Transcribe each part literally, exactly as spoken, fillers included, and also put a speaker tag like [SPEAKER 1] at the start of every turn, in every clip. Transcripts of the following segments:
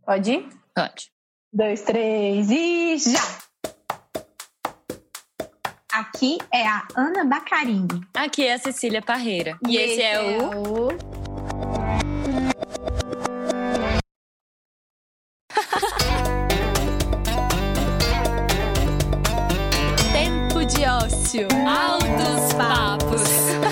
[SPEAKER 1] Pode ir?
[SPEAKER 2] Pode.
[SPEAKER 1] Dois, três e já! Aqui é a Ana Bacarini.
[SPEAKER 2] Aqui é a Cecília Parreira.
[SPEAKER 1] E, e esse, esse é, é o... o...
[SPEAKER 2] Tempo de ócio. Altos papos.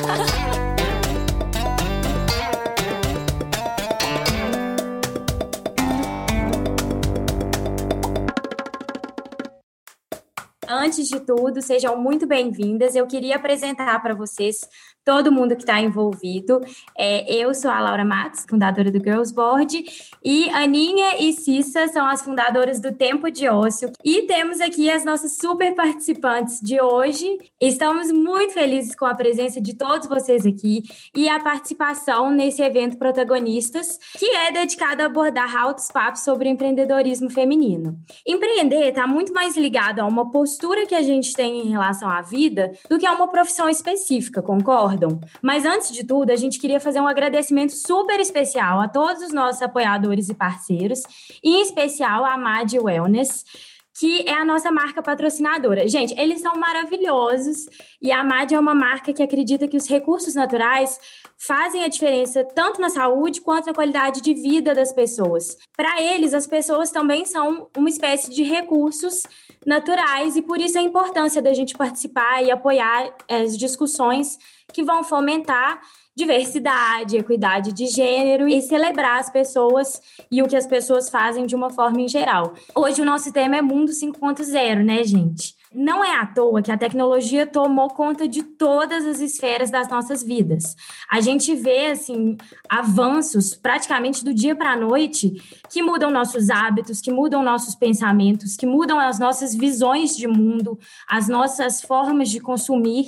[SPEAKER 2] Antes de tudo, sejam muito bem-vindas. Eu queria apresentar para vocês todo mundo que está envolvido. É, eu sou a Laura Matos, fundadora do Girls Board, e Aninha e Cissa são as fundadoras do Tempo de Ócio. E temos aqui as nossas super participantes de hoje. Estamos muito felizes com a presença de todos vocês aqui e a participação nesse evento Protagonistas, que é dedicado a abordar altos papos sobre empreendedorismo feminino. Empreender está muito mais ligado a uma postura que a gente tem em relação à vida do que a uma profissão específica, concorda? Mas antes de tudo, a gente queria fazer um agradecimento super especial a todos os nossos apoiadores e parceiros, e em especial a Mad Wellness, que é a nossa marca patrocinadora. Gente, eles são maravilhosos e a Mad é uma marca que acredita que os recursos naturais fazem a diferença tanto na saúde quanto na qualidade de vida das pessoas. Para eles, as pessoas também são uma espécie de recursos naturais e por isso a importância da gente participar e apoiar as discussões que vão fomentar diversidade, equidade de gênero e celebrar as pessoas e o que as pessoas fazem de uma forma em geral. Hoje o nosso tema é Mundo cinco ponto zero, né, gente? Não é à toa que a tecnologia tomou conta de todas as esferas das nossas vidas. A gente vê, assim, avanços praticamente do dia para a noite que mudam nossos hábitos, que mudam nossos pensamentos, que mudam as nossas visões de mundo, as nossas formas de consumir.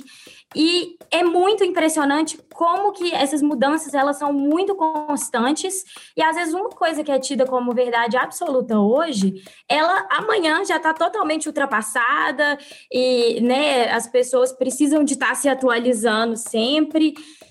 [SPEAKER 2] E é muito impressionante como que essas mudanças, elas são muito constantes e, às vezes, uma coisa que é tida como verdade absoluta hoje, ela amanhã já está totalmente ultrapassada e, né, as pessoas precisam de estar se atualizando sempre.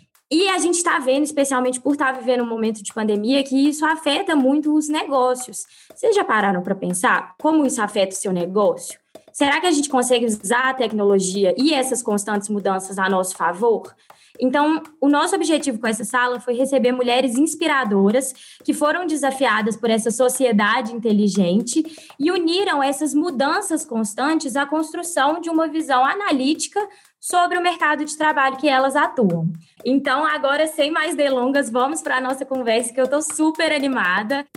[SPEAKER 2] E a gente está vendo, especialmente por estar vivendo um momento de pandemia, que isso afeta muito os negócios. Vocês já pararam para pensar como isso afeta o seu negócio? Será que a gente consegue usar a tecnologia e essas constantes mudanças a nosso favor? Então, o nosso objetivo com essa sala foi receber mulheres inspiradoras que foram desafiadas por essa sociedade inteligente e uniram essas mudanças constantes à construção de uma visão analítica sobre o mercado de trabalho que elas atuam. Então, agora, sem mais delongas, vamos para a nossa conversa, que eu estou super animada.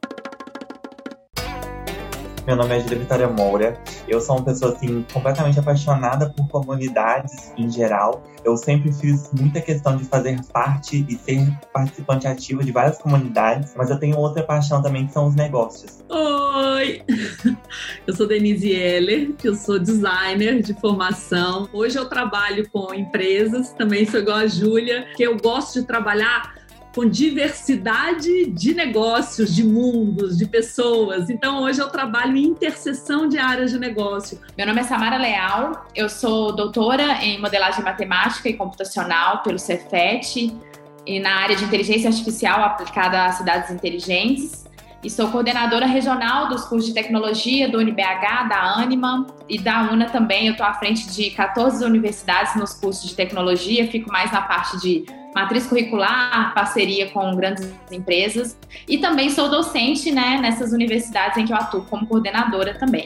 [SPEAKER 3] Meu nome é Julia Vitória Moura. Eu sou uma pessoa, assim, completamente apaixonada por comunidades em geral. Eu sempre fiz muita questão de fazer parte e ser participante ativa de várias comunidades, mas eu tenho outra paixão também, que são os negócios.
[SPEAKER 4] Oi! Eu sou Denise Heller, eu sou designer de formação. Hoje eu trabalho com empresas, também sou igual a Júlia, que eu gosto de trabalhar com diversidade de negócios, de mundos, de pessoas. Então, hoje eu trabalho em interseção de áreas de negócio.
[SPEAKER 5] Meu nome é Samara Leal, eu sou doutora em modelagem matemática e computacional pelo Cefet e na área de inteligência artificial aplicada a cidades inteligentes. E sou coordenadora regional dos cursos de tecnologia do U N B H, da Anima e da UNA também. Eu estou à frente de quatorze universidades nos cursos de tecnologia, fico mais na parte de matriz curricular, parceria com grandes empresas. E também sou docente, né, nessas universidades em que eu atuo como coordenadora também.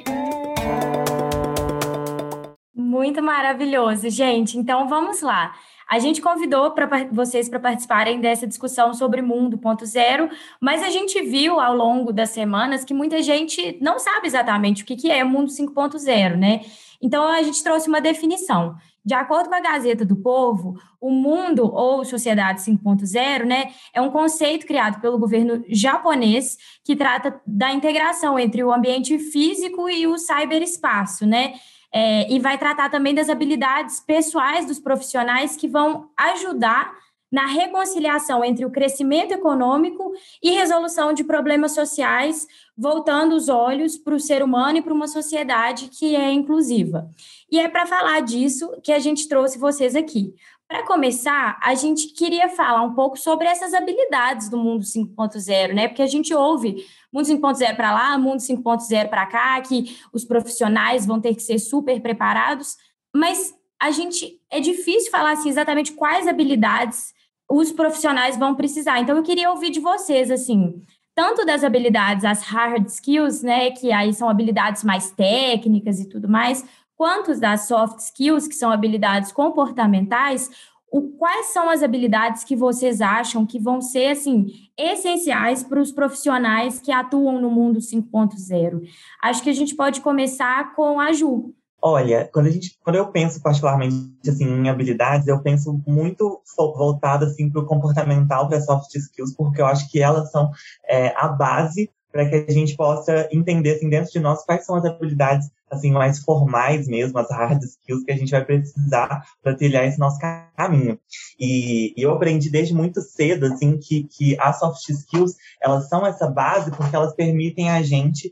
[SPEAKER 2] Muito maravilhoso, gente. Então, vamos lá. A gente convidou pra, vocês para participarem dessa discussão sobre Mundo ponto zero, mas a gente viu ao longo das semanas que muita gente não sabe exatamente o que, que é Mundo cinco ponto zero, né? Então, a gente trouxe uma definição. De acordo com a Gazeta do Povo, o mundo ou sociedade cinco ponto zero, né, é um conceito criado pelo governo japonês que trata da integração entre o ambiente físico e o ciberespaço, né? É, e vai tratar também das habilidades pessoais dos profissionais que vão ajudar na reconciliação entre o crescimento econômico e resolução de problemas sociais, voltando os olhos para o ser humano e para uma sociedade que é inclusiva. E é para falar disso que a gente trouxe vocês aqui. Para começar, a gente queria falar um pouco sobre essas habilidades do mundo cinco ponto zero, né? Porque a gente ouve mundo cinco ponto zero para lá, mundo cinco ponto zero para cá, que os profissionais vão ter que ser super preparados, mas a gente é difícil falar assim, exatamente quais habilidades os profissionais vão precisar. Então, eu queria ouvir de vocês, assim, tanto das habilidades, as hard skills, né, que aí são habilidades mais técnicas e tudo mais, quanto das soft skills, que são habilidades comportamentais. O, quais são as habilidades que vocês acham que vão ser, assim, essenciais para os profissionais que atuam no mundo cinco ponto zero? Acho que a gente pode começar com a Ju.
[SPEAKER 3] Olha, quando, a gente, quando eu penso particularmente assim, em habilidades, eu penso muito voltado assim, para o comportamental, para soft skills, porque eu acho que elas são é, a base para que a gente possa entender assim, dentro de nós quais são as habilidades assim, mais formais mesmo, as hard skills que a gente vai precisar para trilhar esse nosso caminho. E, e eu aprendi desde muito cedo assim, que, que as soft skills elas são essa base porque elas permitem a gente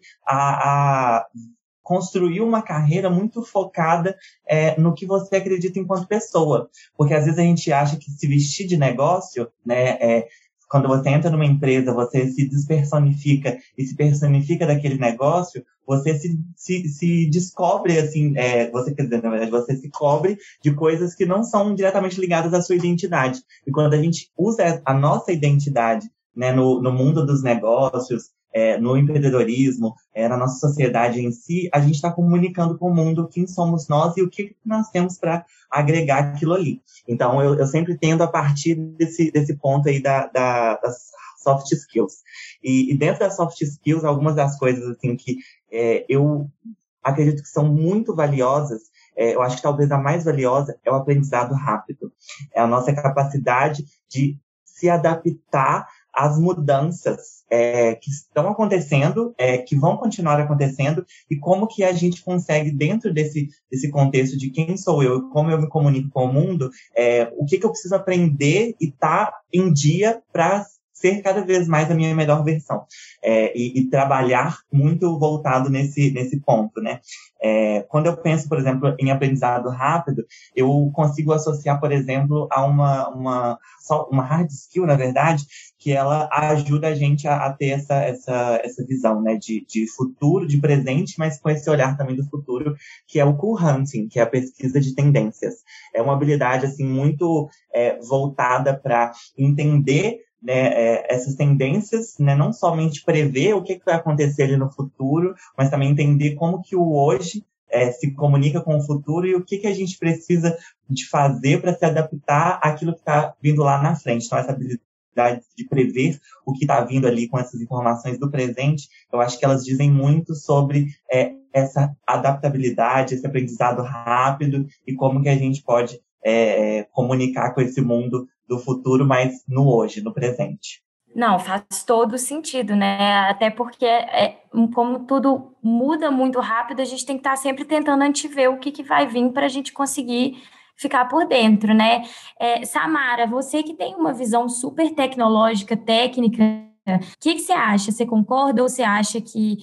[SPEAKER 3] a, a construir uma carreira muito focada é, no que você acredita enquanto pessoa. Porque às vezes a gente acha que se vestir de negócio, né, é, quando você entra numa empresa, você se despersonifica e se personifica daquele negócio, você se, se, se descobre, assim, é, você quer dizer, na verdade, você se cobre de coisas que não são diretamente ligadas à sua identidade. E quando a gente usa a nossa identidade, né, no, no mundo dos negócios, É, no empreendedorismo, é, na nossa sociedade em si, a gente está comunicando com o mundo quem somos nós e o que nós temos para agregar aquilo ali. Então, eu, eu sempre tendo a partir desse, desse ponto aí da, da, das soft skills. E, e dentro das soft skills, algumas das coisas assim, que é, eu acredito que são muito valiosas, é, eu acho que talvez a mais valiosa é o aprendizado rápido. É a nossa capacidade de se adaptar às mudanças é, que estão acontecendo, é, que vão continuar acontecendo, e como que a gente consegue, dentro desse, desse contexto de quem sou eu, como eu me comunico com o mundo, é, o que, que eu preciso aprender e estar tá em dia para ser cada vez mais a minha melhor versão. É, e, e trabalhar muito voltado nesse, nesse ponto, né? É, quando eu penso, por exemplo, em aprendizado rápido, eu consigo associar, por exemplo, a uma, uma, uma hard skill, na verdade, que ela ajuda a gente a, a ter essa, essa, essa visão, né, de, de futuro, de presente, mas com esse olhar também do futuro, que é o cool hunting, que é a pesquisa de tendências. É uma habilidade, assim, muito é, voltada para entender, né, é, essas tendências, né, não somente prever o que, que vai acontecer ali no futuro, mas também entender como que o hoje é, se comunica com o futuro e o que, que a gente precisa de fazer para se adaptar àquilo que está vindo lá na frente. Então, essa habilidade de prever o que está vindo ali com essas informações do presente, eu acho que elas dizem muito sobre é, essa adaptabilidade, esse aprendizado rápido e como que a gente pode é, comunicar com esse mundo do futuro, mas no hoje, no presente.
[SPEAKER 2] Não, faz todo sentido, né? Até porque, é, como tudo muda muito rápido, a gente tem que estar sempre tentando antever o que, que vai vir para a gente conseguir ficar por dentro, né? É, Samara, você que tem uma visão super tecnológica, técnica, o que, que você acha? Você concorda ou você acha que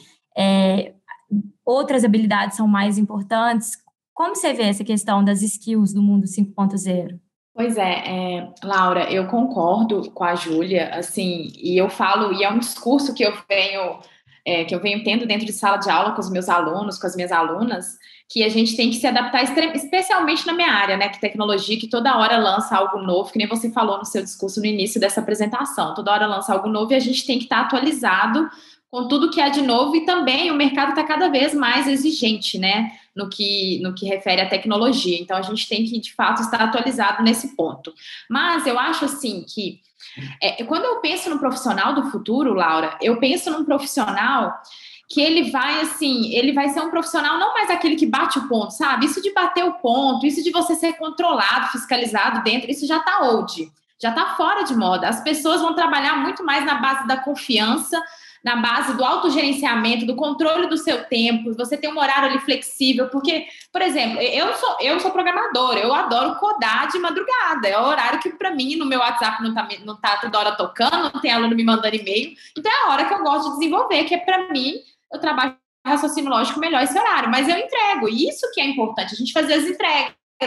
[SPEAKER 2] é, outras habilidades são mais importantes? Como você vê essa questão das skills do mundo cinco ponto zero?
[SPEAKER 5] Pois é, é, Laura, eu concordo com a Júlia, assim, e eu falo, e é um discurso que eu venho, é, que eu venho tendo dentro de sala de aula com os meus alunos, com as minhas alunas, que a gente tem que se adaptar, especialmente na minha área, né, que tecnologia, que toda hora lança algo novo, que nem você falou no seu discurso no início dessa apresentação, toda hora lança algo novo e a gente tem que estar atualizado com tudo que há de novo, e também o mercado está cada vez mais exigente, né, no que, no que refere à tecnologia. Então, a gente tem que, de fato, estar atualizado nesse ponto. Mas eu acho, assim, que é, quando eu penso no profissional do futuro, Laura, eu penso num profissional que ele vai, assim, ele vai ser um profissional não mais aquele que bate o ponto, sabe? Isso de bater o ponto, isso de você ser controlado, fiscalizado dentro, isso já está old, já está fora de moda. As pessoas vão trabalhar muito mais na base da confiança, na base do autogerenciamento, do controle do seu tempo, você tem um horário ali flexível, porque, por exemplo, eu sou, eu sou programadora, eu adoro codar de madrugada, é o horário que para mim, no meu WhatsApp não tá, não tá toda hora tocando, não tem aluno me mandando e-mail, então é a hora que eu gosto de desenvolver, que é para mim, eu trabalho raciocínio lógico melhor esse horário, mas eu entrego, e isso que é importante, a gente fazer as entregas,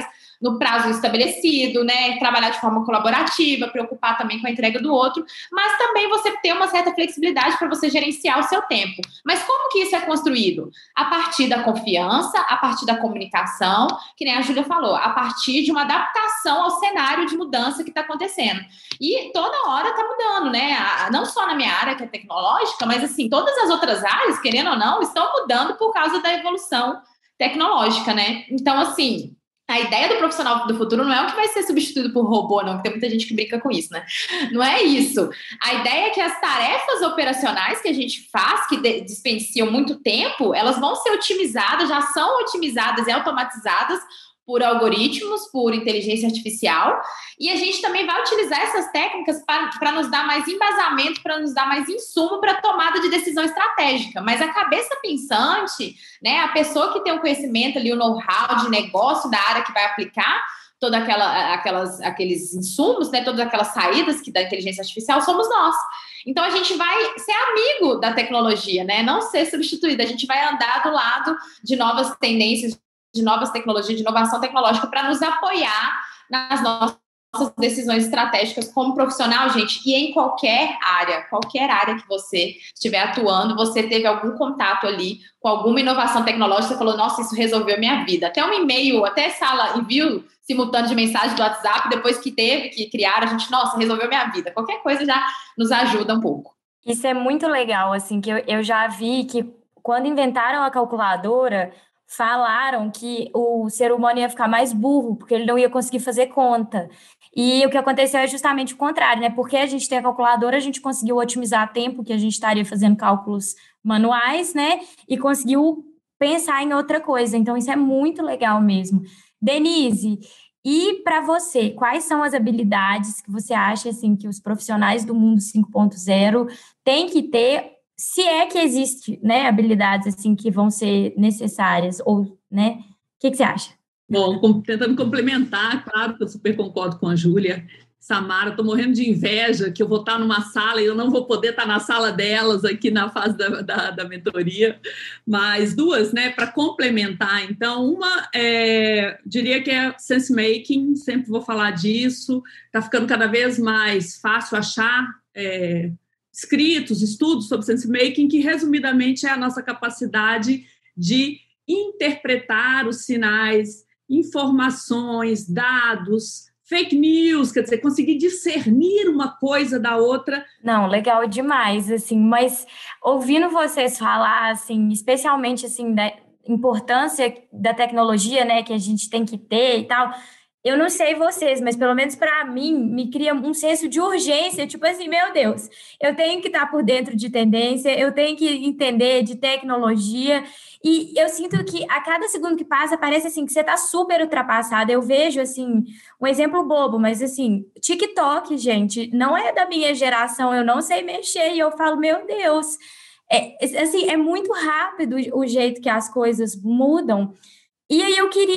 [SPEAKER 5] no prazo estabelecido, né? Trabalhar de forma colaborativa, preocupar também com a entrega do outro, mas também você ter uma certa flexibilidade para você gerenciar o seu tempo. Mas como que isso é construído? A partir da confiança, a partir da comunicação, que nem a Júlia falou, a partir de uma adaptação ao cenário de mudança que está acontecendo. E toda hora está mudando, né? Não só na minha área, que é tecnológica, mas assim, todas as outras áreas, querendo ou não, estão mudando por causa da evolução tecnológica, né? Então, assim, a ideia do profissional do futuro não é o que vai ser substituído por robô, não, que tem muita gente que brinca com isso, né? Não é isso. A ideia é que as tarefas operacionais que a gente faz, que dispensam muito tempo, elas vão ser otimizadas, já são otimizadas e automatizadas por algoritmos, por inteligência artificial, e a gente também vai utilizar essas técnicas para nos dar mais embasamento, para nos dar mais insumo para tomada de decisão estratégica. Mas a cabeça pensante, né, a pessoa que tem o conhecimento ali, o know-how de negócio da área que vai aplicar toda aquela, aquelas, aqueles insumos, né, todas aquelas saídas que da inteligência artificial, somos nós. Então, a gente vai ser amigo da tecnologia, né, não ser substituído. A gente vai andar do lado de novas tendências, de novas tecnologias, de inovação tecnológica para nos apoiar nas nossas decisões estratégicas como profissional, gente, e em qualquer área, qualquer área que você estiver atuando, você teve algum contato ali com alguma inovação tecnológica, você falou, nossa, isso resolveu minha vida. Até um e-mail, até sala, envio simultâneo de mensagem do WhatsApp, depois que teve, que criaram, a gente, nossa, resolveu minha vida. Qualquer coisa já nos ajuda um pouco.
[SPEAKER 2] Isso é muito legal, assim, que eu, eu já vi que quando inventaram a calculadora, falaram que o ser humano ia ficar mais burro, porque ele não ia conseguir fazer conta. E o que aconteceu é justamente o contrário, né? Porque a gente tem a calculadora, a gente conseguiu otimizar tempo que a gente estaria fazendo cálculos manuais, né? E conseguiu pensar em outra coisa. Então, isso é muito legal mesmo. Denise, e para você, quais são as habilidades que você acha assim, que os profissionais do mundo cinco ponto zero têm que ter, se é que existe, né, habilidades assim que vão ser necessárias, ou, né? O que, que você acha?
[SPEAKER 4] Bom, tentando complementar, claro que eu super concordo com a Júlia. Samara, estou morrendo de inveja que eu vou estar numa sala e eu não vou poder estar na sala delas aqui na fase da, da, da mentoria, mas duas, né, para complementar. Então, uma, é, diria que é sense making, sempre vou falar disso, está ficando cada vez mais fácil achar é, escritos, estudos sobre sense making, que resumidamente é a nossa capacidade de interpretar os sinais, informações, dados, fake news, quer dizer, conseguir discernir uma coisa da outra.
[SPEAKER 2] Não, legal demais, assim, mas ouvindo vocês falar, assim, especialmente, assim, da importância da tecnologia, né, que a gente tem que ter e tal, eu não sei vocês, mas pelo menos para mim, me cria um senso de urgência, tipo assim, meu Deus, eu tenho que estar por dentro de tendência, eu tenho que entender de tecnologia, e eu sinto que a cada segundo que passa, parece assim, que você está super ultrapassada. Eu vejo, assim, um exemplo bobo, mas assim, TikTok, gente, não é da minha geração, eu não sei mexer, e eu falo, meu Deus, é, assim, é muito rápido o jeito que as coisas mudam, e aí eu queria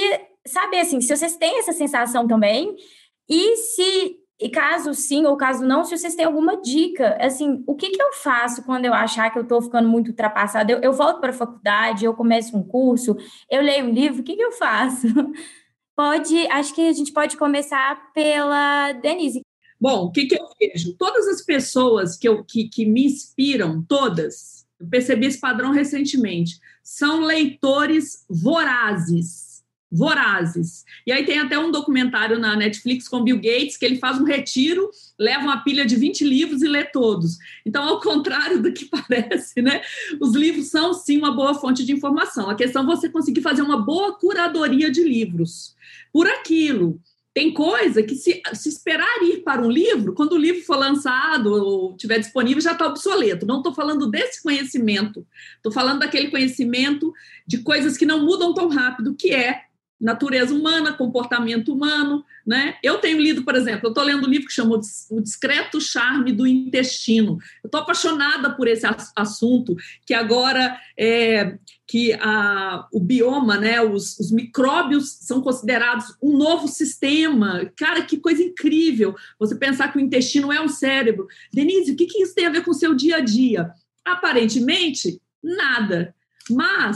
[SPEAKER 2] saber, assim, se vocês têm essa sensação também, e se, e caso sim ou caso não, se vocês têm alguma dica, assim, o que que eu faço quando eu achar que eu estou ficando muito ultrapassada? Eu, eu volto para a faculdade, eu começo um curso, eu leio um livro, o que que eu faço? Pode, acho que a gente pode começar pela Denise.
[SPEAKER 4] Bom, o que que eu vejo? Todas as pessoas que, eu, que, que me inspiram, todas, eu percebi esse padrão recentemente, são leitores vorazes. vorazes. E aí tem até um documentário na Netflix com Bill Gates, que ele faz um retiro, leva uma pilha de vinte livros e lê todos. Então, ao contrário do que parece, né? Os livros são, sim, uma boa fonte de informação. A questão é você conseguir fazer uma boa curadoria de livros. Por aquilo, tem coisa que se, se esperar ir para um livro, quando o livro for lançado ou estiver disponível, já está obsoleto. Não estou falando desse conhecimento. Estou falando daquele conhecimento de coisas que não mudam tão rápido, que é natureza humana, comportamento humano, né? Eu tenho lido, por exemplo, eu estou lendo um livro que chama O Discreto Charme do Intestino. Eu estou apaixonada por esse assunto, que agora é, que a, o bioma, né, os, os micróbios são considerados um novo sistema. Cara, que coisa incrível você pensar que o intestino é um cérebro. Denise, o que, que isso tem a ver com o seu dia a dia? Aparentemente, nada. Mas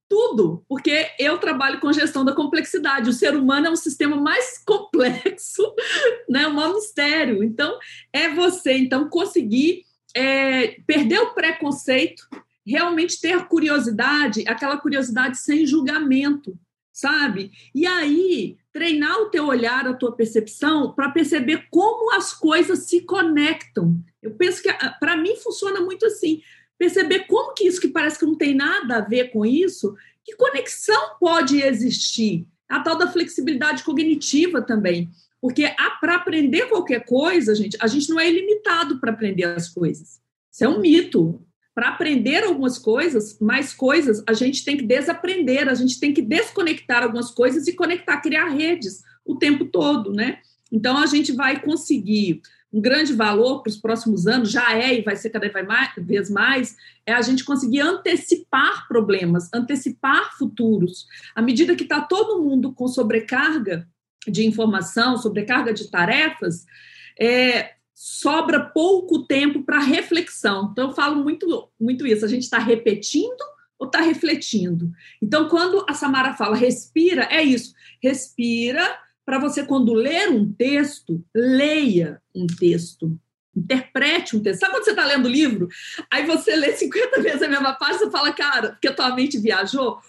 [SPEAKER 4] tudo, porque eu trabalho com gestão da complexidade. O ser humano é um sistema mais complexo, né? O maior mistério. Então, é você então conseguir é, perder o preconceito, realmente ter curiosidade, aquela curiosidade sem julgamento, sabe? E aí, treinar o teu olhar, a tua percepção, para perceber como as coisas se conectam. Eu penso que, para mim, funciona muito assim. Perceber como que isso que parece que não tem nada a ver com isso, que conexão pode existir. A tal da flexibilidade cognitiva também. Porque para aprender qualquer coisa, gente, a gente não é ilimitado para aprender as coisas. Isso é um mito. Para aprender algumas coisas, mais coisas, a gente tem que desaprender, a gente tem que desconectar algumas coisas e conectar, criar redes o tempo todo, né? Então, a gente vai conseguir um grande valor para os próximos anos, já é e vai ser cada vez mais, é a gente conseguir antecipar problemas, antecipar futuros. À medida que está todo mundo com sobrecarga de informação, sobrecarga de tarefas, é, sobra pouco tempo para reflexão. Então, eu falo muito, muito isso, a gente está repetindo ou está refletindo? Então, quando a Samara fala respira, é isso, respira para você, quando ler um texto, leia um texto, interprete um texto. Sabe quando você está lendo o livro? Aí você lê cinquenta vezes a mesma página, você fala, cara, porque a tua mente viajou,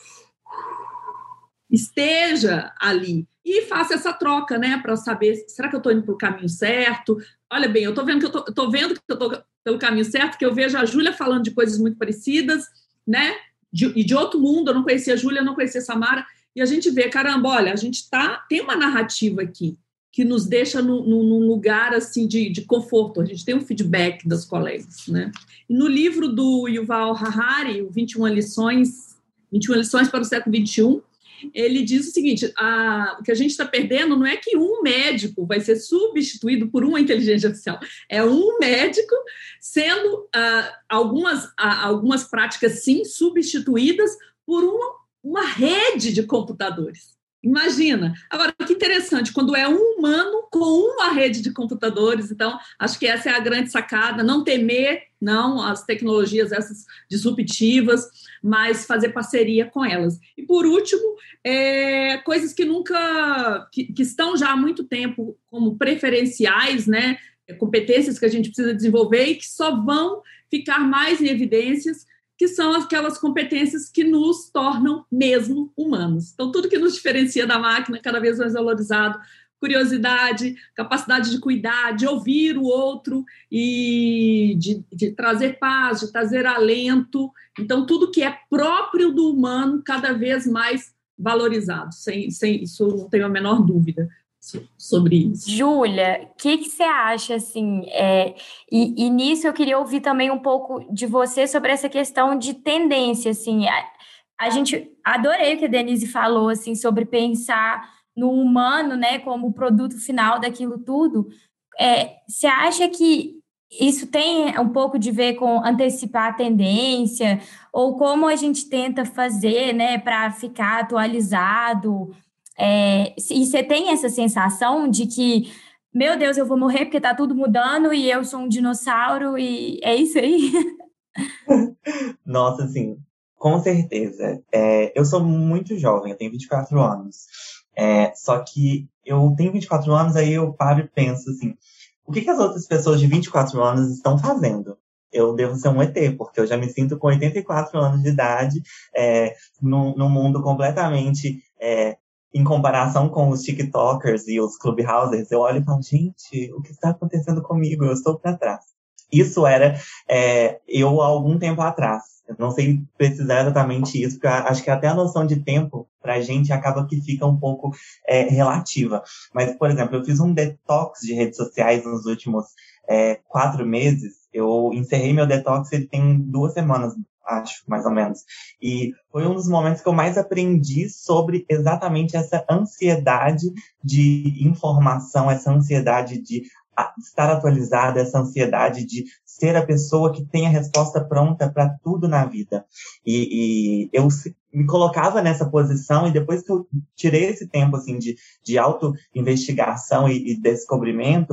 [SPEAKER 4] esteja ali e faça essa troca, né, para saber, será que eu estou indo para o caminho certo? Olha bem, eu estou vendo que eu tô, eu tô vendo que eu estou pelo caminho certo, que eu vejo a Júlia falando de coisas muito parecidas, né, de, e de outro mundo. Eu não conhecia a Júlia, eu não conhecia a Samara, e a gente vê, caramba, olha, a gente tá, tem uma narrativa aqui que nos deixa num, num lugar assim de, de conforto, a gente tem um feedback das colegas, né? E no livro do Yuval Harari, o vinte e uma lições, vinte e uma lições para o século vinte e um, ele diz o seguinte, a, o que a gente está perdendo não é que um médico vai ser substituído por uma inteligência artificial, é um médico sendo uh, algumas, uh, algumas práticas, sim, substituídas por uma, uma rede de computadores. Imagina. Agora, que interessante, quando é um humano com uma rede de computadores, então, acho que essa é a grande sacada, não temer, não, as tecnologias essas disruptivas, mas fazer parceria com elas. E, por último, é, coisas que nunca, que, que estão já há muito tempo como preferenciais, né, competências que a gente precisa desenvolver e que só vão ficar mais em evidências, que são aquelas competências que nos tornam mesmo humanos. Então, tudo que nos diferencia da máquina, cada vez mais valorizado, curiosidade, capacidade de cuidar, de ouvir o outro e de, de trazer paz, de trazer alento. Então, tudo que é próprio do humano, cada vez mais valorizado. Sem, sem, isso não tenho a menor dúvida sobre isso.
[SPEAKER 2] Júlia, o que, que você acha, assim, é, e, e nisso eu queria ouvir também um pouco de você sobre essa questão de tendência, assim, a, a gente, adorei o que a Denise falou, assim, sobre pensar no humano, né, como o produto final daquilo tudo. É, você acha que isso tem um pouco de ver com antecipar a tendência, ou como a gente tenta fazer, né, para ficar atualizado? É, e você tem essa sensação de que, meu Deus, eu vou morrer porque está tudo mudando e eu sou um dinossauro e é isso aí?
[SPEAKER 3] Nossa, assim, com certeza. É, eu sou muito jovem, eu tenho vinte e quatro anos. É, só que eu tenho vinte e quatro anos, aí eu paro e penso assim, o que, que as outras pessoas de vinte e quatro anos estão fazendo? Eu devo ser um E T, porque eu já me sinto com oitenta e quatro anos de idade, é, num, num mundo completamente... É, em comparação com os TikTokers e os Clubhousers, eu olho e falo, gente, o que está acontecendo comigo? Eu estou para trás. Isso era é, eu há algum tempo atrás. Eu não sei precisar exatamente isso, porque eu acho que até a noção de tempo, para a gente, acaba que fica um pouco é, relativa. Mas, por exemplo, eu fiz um detox de redes sociais nos últimos é, quatro meses. Eu encerrei meu detox, ele tem duas semanas, acho, mais ou menos. E foi um dos momentos que eu mais aprendi sobre exatamente essa ansiedade de informação, essa ansiedade de estar atualizada, essa ansiedade de ser a pessoa que tem a resposta pronta para tudo na vida. E, e eu, me colocava nessa posição, e depois que eu tirei esse tempo, assim, de, de auto-investigação e, e descobrimento,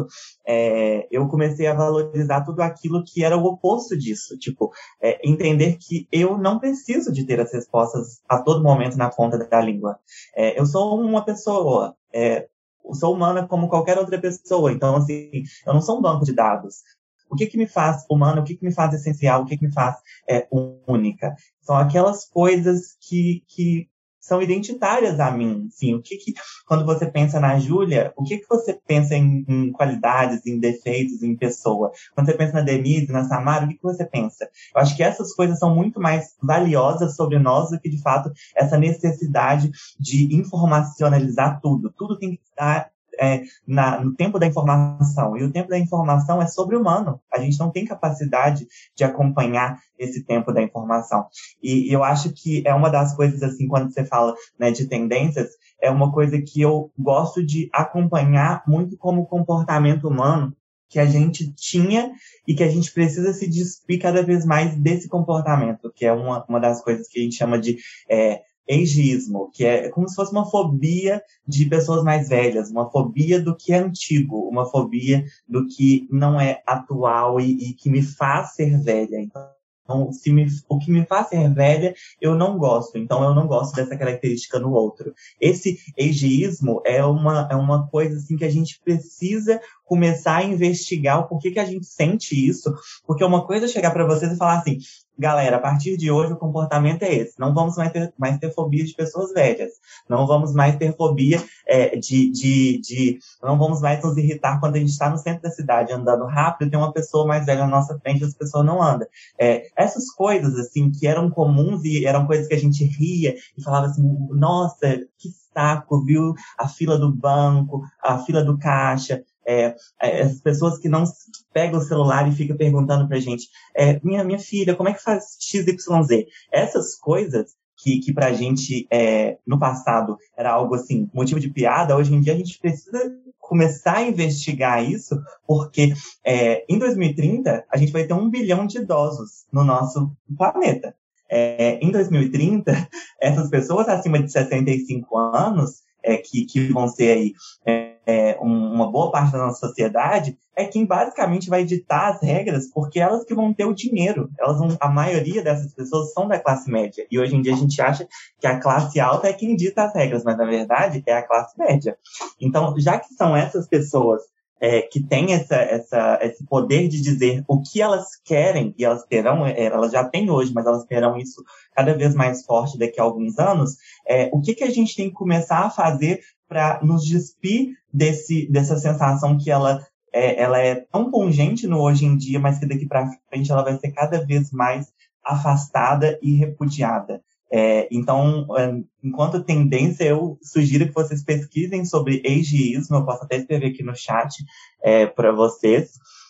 [SPEAKER 3] é, eu comecei a valorizar tudo aquilo que era o oposto disso. Tipo, é, entender que eu não preciso de ter as respostas a todo momento na ponta da língua. É, eu sou uma pessoa, é, eu sou humana como qualquer outra pessoa, então, assim, eu não sou um banco de dados. O que que me faz humana, o que que me faz essencial, o que que me faz é, única? São aquelas coisas que, que são identitárias a mim. Enfim, o que que, quando você pensa na Júlia, o que que você pensa em, em qualidades, em defeitos, em pessoa? Quando você pensa na Denise, na Samara, o que que você pensa? Eu acho que essas coisas são muito mais valiosas sobre nós do que, de fato, essa necessidade de informacionalizar tudo. Tudo tem que estar É, na, no tempo da informação. E o tempo da informação é sobre-humano. A gente não tem capacidade de acompanhar esse tempo da informação. E, e eu acho que é uma das coisas, assim, quando você fala, né, de tendências, é uma coisa que eu gosto de acompanhar muito como comportamento humano que a gente tinha e que a gente precisa se despir cada vez mais desse comportamento, que é uma, uma das coisas que a gente chama de é, ageismo, que é como se fosse uma fobia de pessoas mais velhas, uma fobia do que é antigo, uma fobia do que não é atual e, e que me faz ser velha. Então, se me, o que me faz ser velha, eu não gosto. Então, eu não gosto dessa característica no outro. Esse ageísmo é uma, é uma coisa assim, que a gente precisa começar a investigar o porquê que a gente sente isso. Porque uma coisa é chegar para vocês e falar assim, galera, a partir de hoje o comportamento é esse. Não vamos mais ter, mais ter fobia de pessoas velhas. Não vamos mais ter fobia é, de, de, de... Não vamos mais nos irritar quando a gente está no centro da cidade andando rápido e tem uma pessoa mais velha na nossa frente e essa pessoa não anda. É, essas coisas, assim, que eram comuns e eram coisas que a gente ria e falava assim, nossa, que saco, viu? A fila do banco, a fila do caixa. É, as pessoas que não pegam o celular e ficam perguntando pra gente, é, minha, minha filha, como é que faz X Y Z? Essas coisas que, que pra gente, é, no passado, era algo assim, motivo de piada, hoje em dia a gente precisa começar a investigar isso, porque é, em dois mil e trinta a gente vai ter um bilhão de idosos no nosso planeta. É, em dois mil e trinta, essas pessoas acima de sessenta e cinco anos, é, que, que vão ser aí é, é, uma boa parte da nossa sociedade, é quem basicamente vai ditar as regras, porque elas que vão ter o dinheiro. Elas vão, a maioria dessas pessoas são da classe média. E hoje em dia a gente acha que a classe alta é quem dita as regras, mas na verdade é a classe média. Então, já que são essas pessoas É, que tem essa, essa, esse poder de dizer o que elas querem, e elas terão, elas já têm hoje, mas elas terão isso cada vez mais forte daqui a alguns anos, é, o que, que a gente tem que começar a fazer para nos despir desse, dessa sensação que ela é, ela é tão pungente no hoje em dia, mas que daqui para frente ela vai ser cada vez mais afastada e repudiada. É, então, enquanto tendência, eu sugiro que vocês pesquisem sobre ageísmo, eu posso até escrever aqui no chat é, para vocês,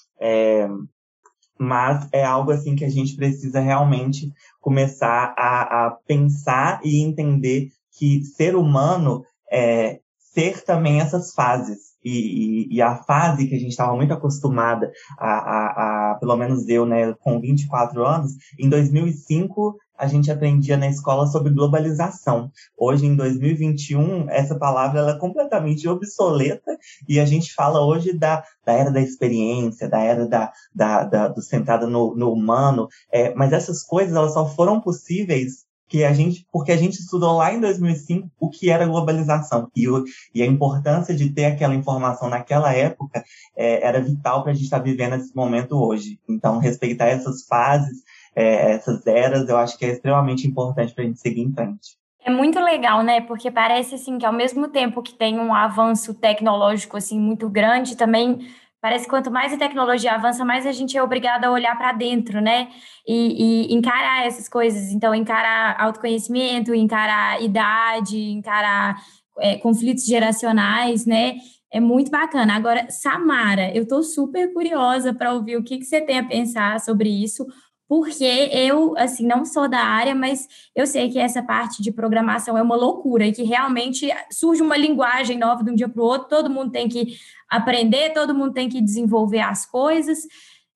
[SPEAKER 3] é, mas é algo assim que a gente precisa realmente começar a, a pensar e entender que ser humano é ser também essas fases. E, e, e a fase que a gente estava muito acostumada a, a, a, pelo menos eu, né, com vinte e quatro anos, em dois mil e cinco a gente aprendia na escola sobre globalização. Hoje, em dois mil e vinte e um, essa palavra ela é completamente obsoleta e a gente fala hoje da, da era da experiência, da era da, da, da, do centrada no, no humano, é, mas essas coisas elas só foram possíveis que a gente, porque a gente estudou lá em dois mil e cinco o que era globalização. E, o, e a importância de ter aquela informação naquela época é, era vital para a gente estar vivendo esse momento hoje. Então, respeitar essas fases, é, essas eras, eu acho que é extremamente importante para a gente seguir em frente.
[SPEAKER 2] É muito legal, né? Porque parece assim que ao mesmo tempo que tem um avanço tecnológico assim muito grande, também parece que quanto mais a tecnologia avança, mais a gente é obrigado a olhar para dentro, né? E, e encarar essas coisas. Então, encarar autoconhecimento, encarar idade, encarar é, conflitos geracionais, né? É muito bacana. Agora, Samara, eu estou super curiosa para ouvir o que, que você tem a pensar sobre isso, porque eu, assim, não sou da área, mas eu sei que essa parte de programação é uma loucura e que realmente surge uma linguagem nova de um dia para o outro, todo mundo tem que aprender, todo mundo tem que desenvolver as coisas.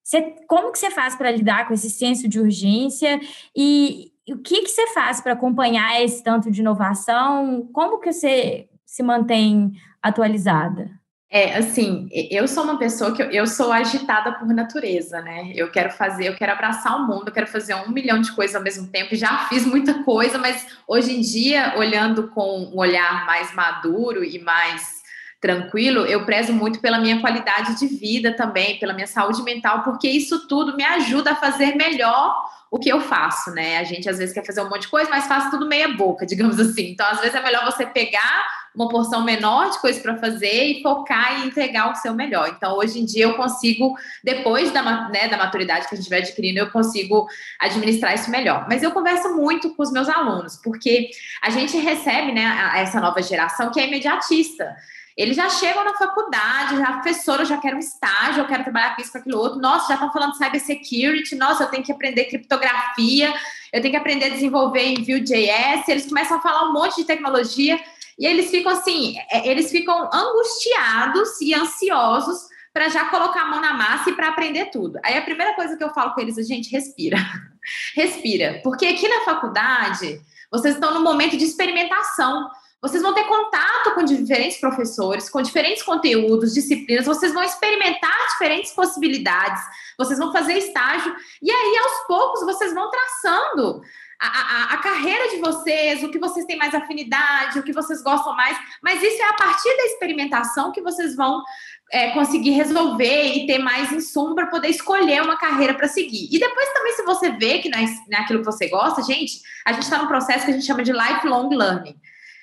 [SPEAKER 2] Você, como que você faz para lidar com esse senso de urgência e o que, que você faz para acompanhar esse tanto de inovação? Como que você se mantém atualizada?
[SPEAKER 5] É, assim, eu sou uma pessoa que eu, eu sou agitada por natureza, né? Eu quero fazer, eu quero abraçar o mundo, eu quero fazer um milhão de coisas ao mesmo tempo. Já fiz muita coisa, mas hoje em dia, olhando com um olhar mais maduro e mais tranquilo, eu prezo muito pela minha qualidade de vida também, pela minha saúde mental, porque isso tudo me ajuda a fazer melhor o que eu faço, né? A gente às vezes quer fazer um monte de coisa, mas faz tudo meia boca, digamos assim. Então, às vezes é melhor você pegar uma porção menor de coisa para fazer e focar e entregar o seu melhor. Então, hoje em dia eu consigo, depois da, né, da maturidade que a gente vai adquirindo, eu consigo administrar isso melhor. Mas eu converso muito com os meus alunos, porque a gente recebe, né, essa nova geração que é imediatista. Eles já chegam na faculdade, já, professora, eu já quero um estágio, eu quero trabalhar com isso, com aquilo outro. Nossa, já estão falando de cybersecurity, nossa, eu tenho que aprender criptografia, eu tenho que aprender a desenvolver em Vue.js. Eles começam a falar um monte de tecnologia e eles ficam assim, eles ficam angustiados e ansiosos para já colocar a mão na massa e para aprender tudo. Aí a primeira coisa que eu falo com eles é, gente, respira. Respira, porque aqui na faculdade, vocês estão no momento de experimentação. Vocês vão ter contato com diferentes professores, com diferentes conteúdos, disciplinas, vocês vão experimentar diferentes possibilidades, vocês vão fazer estágio, e aí, aos poucos, vocês vão traçando a, a, a carreira de vocês, o que vocês têm mais afinidade, o que vocês gostam mais, mas isso é a partir da experimentação que vocês vão é, conseguir resolver e ter mais insumo para poder escolher uma carreira para seguir. E depois também, se você vê que não é, não é aquilo que você gosta, gente, a gente está num processo que a gente chama de lifelong learning.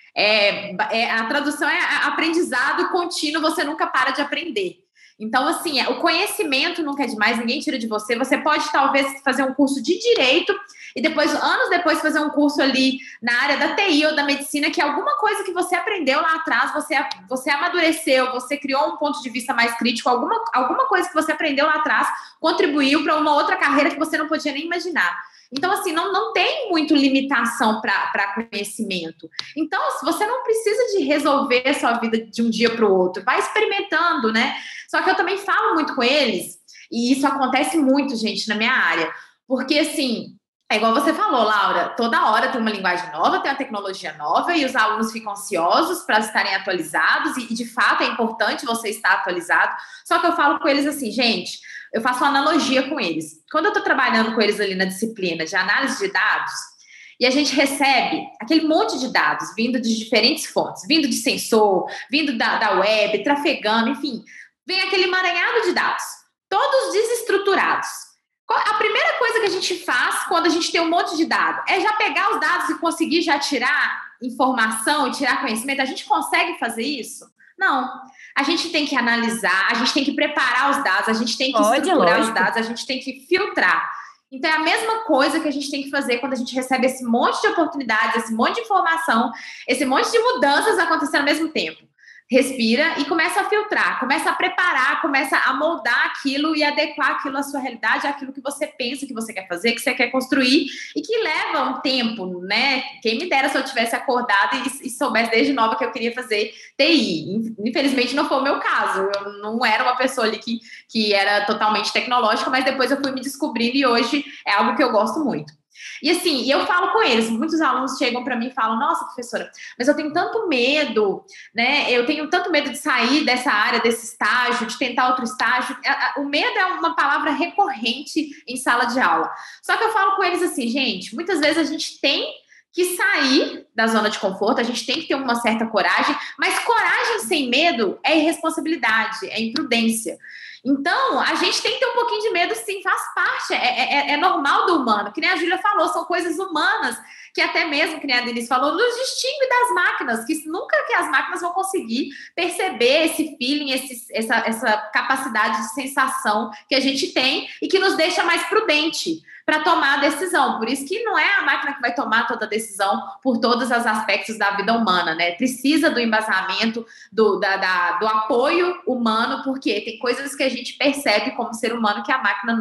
[SPEAKER 5] É, é, a tradução é aprendizado contínuo, você nunca para de aprender. Então, assim, é, o conhecimento nunca é demais, ninguém tira de você. Você pode, talvez, fazer um curso de direito e depois, anos depois, fazer um curso ali na área da T I ou da medicina, que é alguma coisa que você aprendeu lá atrás, você, você amadureceu, você criou um ponto de vista mais crítico, alguma, alguma coisa que você aprendeu lá atrás contribuiu para uma outra carreira que você não podia nem imaginar. Então, assim, não, não tem muito limitação para conhecimento. Então, você não precisa de resolver a sua vida de um dia para o outro. Vai experimentando, né? Só que eu também falo muito com eles, e isso acontece muito, gente, na minha área. Porque, assim, é igual você falou, Laura, toda hora tem uma linguagem nova, tem uma tecnologia nova, e os alunos ficam ansiosos para estarem atualizados, e, de fato, é importante você estar atualizado. Só que eu falo com eles assim, gente... Eu faço uma analogia com eles. Quando eu estou trabalhando com eles ali na disciplina de análise de dados, e a gente recebe aquele monte de dados vindo de diferentes fontes, vindo de sensor, vindo da, da web, trafegando, enfim, vem aquele emaranhado de dados, todos desestruturados. A primeira coisa que a gente faz quando a gente tem um monte de dado é já pegar os dados e conseguir já tirar informação e tirar conhecimento. A gente consegue fazer isso? Não. A gente tem que analisar, a gente tem que preparar os dados, a gente tem que Pode, estruturar lógico. os dados, a gente tem que filtrar. Então, é a mesma coisa que a gente tem que fazer quando a gente recebe esse monte de oportunidades, esse monte de informação, esse monte de mudanças acontecendo ao mesmo tempo. Respira e começa a filtrar, começa a preparar, começa a moldar aquilo e adequar aquilo à sua realidade, àquilo que você pensa que você quer fazer, que você quer construir e que leva um tempo, né? Quem me dera se eu tivesse acordado e, e soubesse desde nova que eu queria fazer T I. Infelizmente não foi o meu caso, eu não era uma pessoa ali que, que era totalmente tecnológica, mas depois eu fui me descobrindo e hoje é algo que eu gosto muito. E assim, eu falo com eles, muitos alunos chegam para mim e falam, nossa, professora, mas eu tenho tanto medo, né? Eu tenho tanto medo de sair dessa área, desse estágio, de tentar outro estágio. O medo é uma palavra recorrente em sala de aula. Só que eu falo com eles assim, gente, muitas vezes a gente tem que sair da zona de conforto, a gente tem que ter uma certa coragem, mas coragem sem medo é irresponsabilidade, é imprudência. Então, a gente tem que ter um pouquinho de medo, sim, faz parte, é, é, é normal do humano, que nem a Júlia falou, são coisas humanas, que até mesmo, que nem a Denise falou, nos distingue das máquinas, que nunca que as máquinas vão conseguir perceber esse feeling, esse, essa, essa capacidade de sensação que a gente tem e que nos deixa mais prudente para tomar a decisão. Por isso que não é a máquina que vai tomar toda a decisão por todos os aspectos da vida humana, né? Precisa do embasamento, do, da, da, do apoio humano, porque tem coisas que a gente percebe como ser humano que a máquina não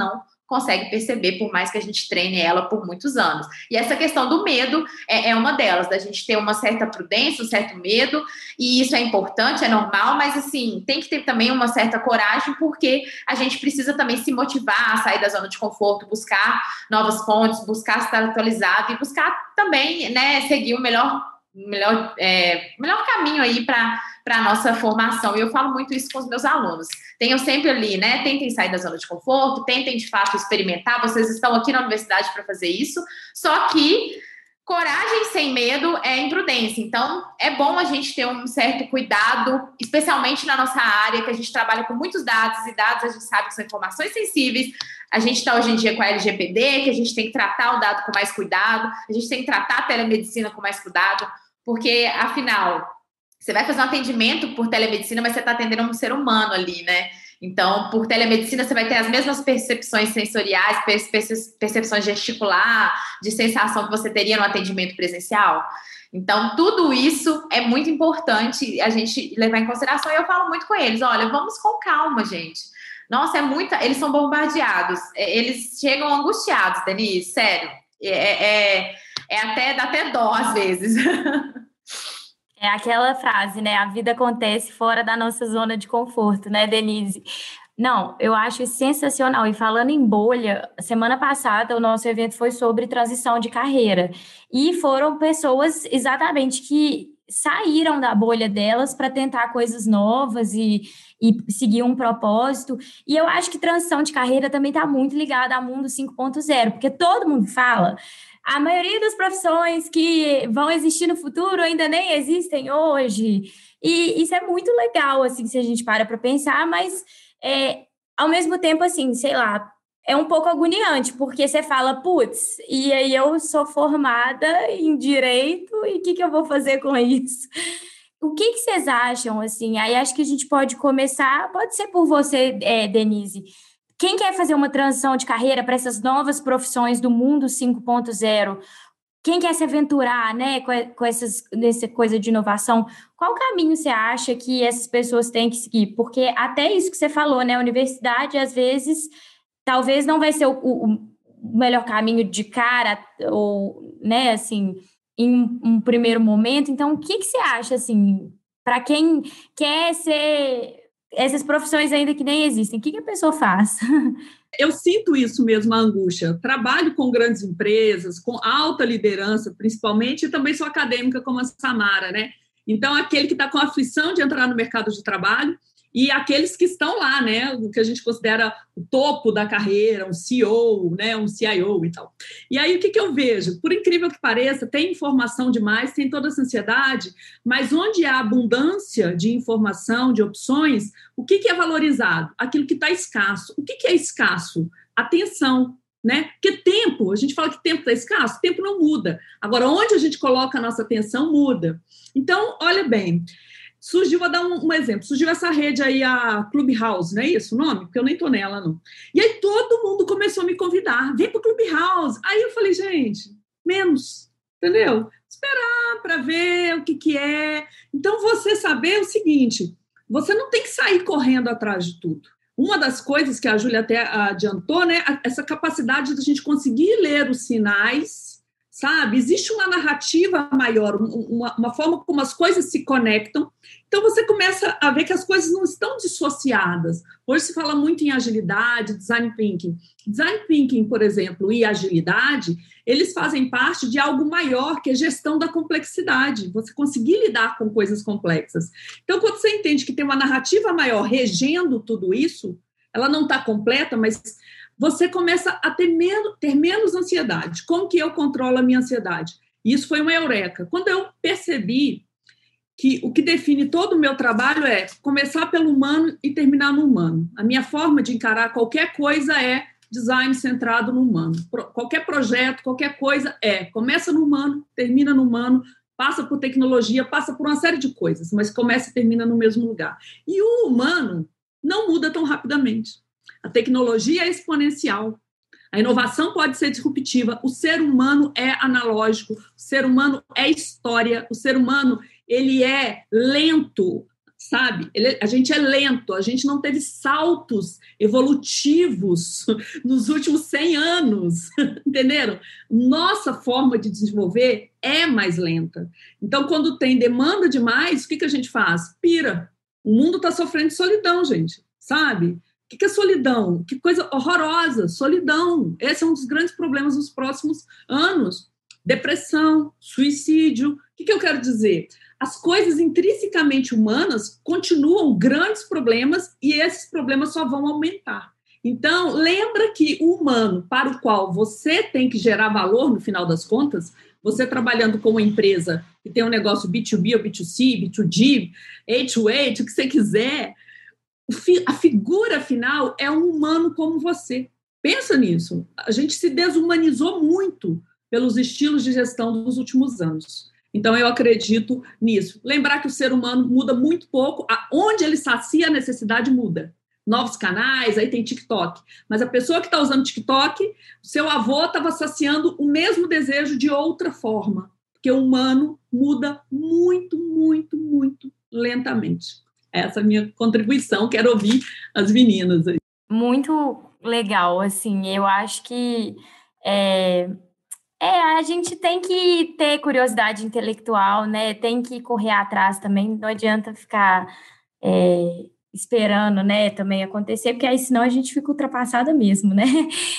[SPEAKER 5] consegue perceber, por mais que a gente treine ela por muitos anos. E essa questão do medo é, é uma delas, da gente ter uma certa prudência, um certo medo, e isso é importante, é normal, mas assim, tem que ter também uma certa coragem, porque a gente precisa também se motivar a sair da zona de conforto, buscar novas fontes, buscar estar atualizado e buscar também, né, seguir o melhor, melhor, é, melhor caminho aí para para a nossa formação. E eu falo muito isso com os meus alunos. Tenham sempre ali, né? Tentem sair da zona de conforto, tentem, de fato, experimentar. Vocês estão aqui na universidade para fazer isso. Só que coragem sem medo é imprudência. Então, é bom a gente ter um certo cuidado, especialmente na nossa área, que a gente trabalha com muitos dados, e dados a gente sabe que são informações sensíveis. A gente está hoje em dia com a L G P D, que a gente tem que tratar o dado com mais cuidado, a gente tem que tratar a telemedicina com mais cuidado, porque, afinal, você vai fazer um atendimento por telemedicina, mas você está atendendo um ser humano ali, né? Então, por telemedicina, você vai ter as mesmas percepções sensoriais, percepções gesticular, de sensação que você teria no atendimento presencial. Então, tudo isso é muito importante a gente levar em consideração. E eu falo muito com eles, olha, vamos com calma, gente. Nossa, é muita... Eles são bombardeados. Eles chegam angustiados, Denise, sério. É, é, é até, dá até dó, às vezes.
[SPEAKER 2] É aquela frase, né? A vida acontece fora da nossa zona de conforto, né, Denise? Não, eu acho sensacional. E falando em bolha, semana passada o nosso evento foi sobre transição de carreira. E foram pessoas exatamente que saíram da bolha delas para tentar coisas novas e, e seguir um propósito. E eu acho que transição de carreira também está muito ligada ao mundo cinco ponto zero, porque todo mundo fala... A maioria das profissões que vão existir no futuro ainda nem existem hoje. E isso é muito legal, assim, se a gente para para pensar, mas, é, ao mesmo tempo, assim, sei lá, é um pouco agoniante, porque você fala, putz, e aí eu sou formada em Direito, e o que, que eu vou fazer com isso? O que, que vocês acham, assim? Aí acho que a gente pode começar, pode ser por você, é, Denise. Quem quer fazer uma transição de carreira para essas novas profissões do mundo cinco ponto zero? Quem quer se aventurar, né, com, com essas, nessa coisa de inovação? Qual caminho você acha que essas pessoas têm que seguir? Porque até isso que você falou, né, a universidade, às vezes, talvez não vai ser o, o melhor caminho de cara, ou, né, assim, em um primeiro momento. Então, o que, que você acha, assim, para quem quer ser... essas profissões ainda que nem existem, o que, que a pessoa faz?
[SPEAKER 4] Eu sinto isso mesmo, a angústia. Trabalho com grandes empresas, com alta liderança, principalmente, e também sou acadêmica como a Samara, né? Então, aquele que está com a aflição de entrar no mercado de trabalho e aqueles que estão lá, né? O que a gente considera o topo da carreira, um C E O, né? Um C I O e tal. E aí, o que, que eu vejo? Por incrível que pareça, tem informação demais, tem toda essa ansiedade, mas onde há abundância de informação, de opções, o que, que é valorizado? Aquilo que está escasso. O que, que é escasso? Atenção, né? Porque tempo, a gente fala que tempo está escasso, tempo não muda. Agora, onde a gente coloca a nossa atenção, muda. Então, olha bem... Surgiu, vou dar um, um exemplo, surgiu essa rede aí, a Clubhouse, não é isso o nome? Porque eu nem estou nela, não. E aí todo mundo começou a me convidar, vem para o Clubhouse. Aí eu falei, gente, menos, entendeu? Esperar para ver o que, que é. Então, você saber o seguinte, você não tem que sair correndo atrás de tudo. Uma das coisas que a Júlia até adiantou, né, essa capacidade de a gente conseguir ler os sinais, sabe? Existe uma narrativa maior, uma, uma forma como as coisas se conectam. Então, você começa a ver que as coisas não estão dissociadas. Hoje se fala muito em agilidade, design thinking. Design thinking, por exemplo, e agilidade, eles fazem parte de algo maior, que é gestão da complexidade. Você conseguir lidar com coisas complexas. Então, quando você entende que tem uma narrativa maior regendo tudo isso, ela não está completa, mas... você começa a ter menos, ter menos ansiedade. Como que eu controlo a minha ansiedade? Isso foi uma eureka. Quando eu percebi que o que define todo o meu trabalho é começar pelo humano e terminar no humano. A minha forma de encarar qualquer coisa é design centrado no humano. Pro, qualquer projeto, qualquer coisa é. Começa no humano, termina no humano, passa por tecnologia, passa por uma série de coisas, mas começa e termina no mesmo lugar. E o humano não muda tão rapidamente. A tecnologia é exponencial, a inovação pode ser disruptiva, o ser humano é analógico, o ser humano é história, o ser humano ele é lento, sabe? Ele, a gente é lento, a gente não teve saltos evolutivos nos últimos cem anos, entenderam? Nossa forma de desenvolver é mais lenta. Então, quando tem demanda demais, o que, que a gente faz? Pira. O mundo está sofrendo de solidão, gente, sabe? O que, que é solidão? Que coisa horrorosa, solidão. Esse é um dos grandes problemas nos próximos anos. Depressão, suicídio. O que, que eu quero dizer? As coisas intrinsecamente humanas continuam grandes problemas e esses problemas só vão aumentar. Então, lembra que o humano para o qual você tem que gerar valor, no final das contas, você trabalhando com uma empresa que tem um negócio B dois B ou B dois C, B dois G, A dois A, o que você quiser, a figura final é um humano como você. Pensa nisso. A gente se desumanizou muito pelos estilos de gestão dos últimos anos. Então, eu acredito nisso. Lembrar que o ser humano muda muito pouco. Onde ele sacia a necessidade muda. Novos canais, aí tem TikTok. Mas a pessoa que está usando TikTok, seu avô estava saciando o mesmo desejo de outra forma. Porque o humano muda muito, muito, muito lentamente. Essa é a minha contribuição. Quero ouvir as meninas aí.
[SPEAKER 2] Muito legal, assim. Eu acho que... É... É, a gente tem que ter curiosidade intelectual, né? Tem que correr atrás também. Não adianta ficar é, esperando, né? Também acontecer, porque aí senão a gente fica ultrapassada mesmo, né?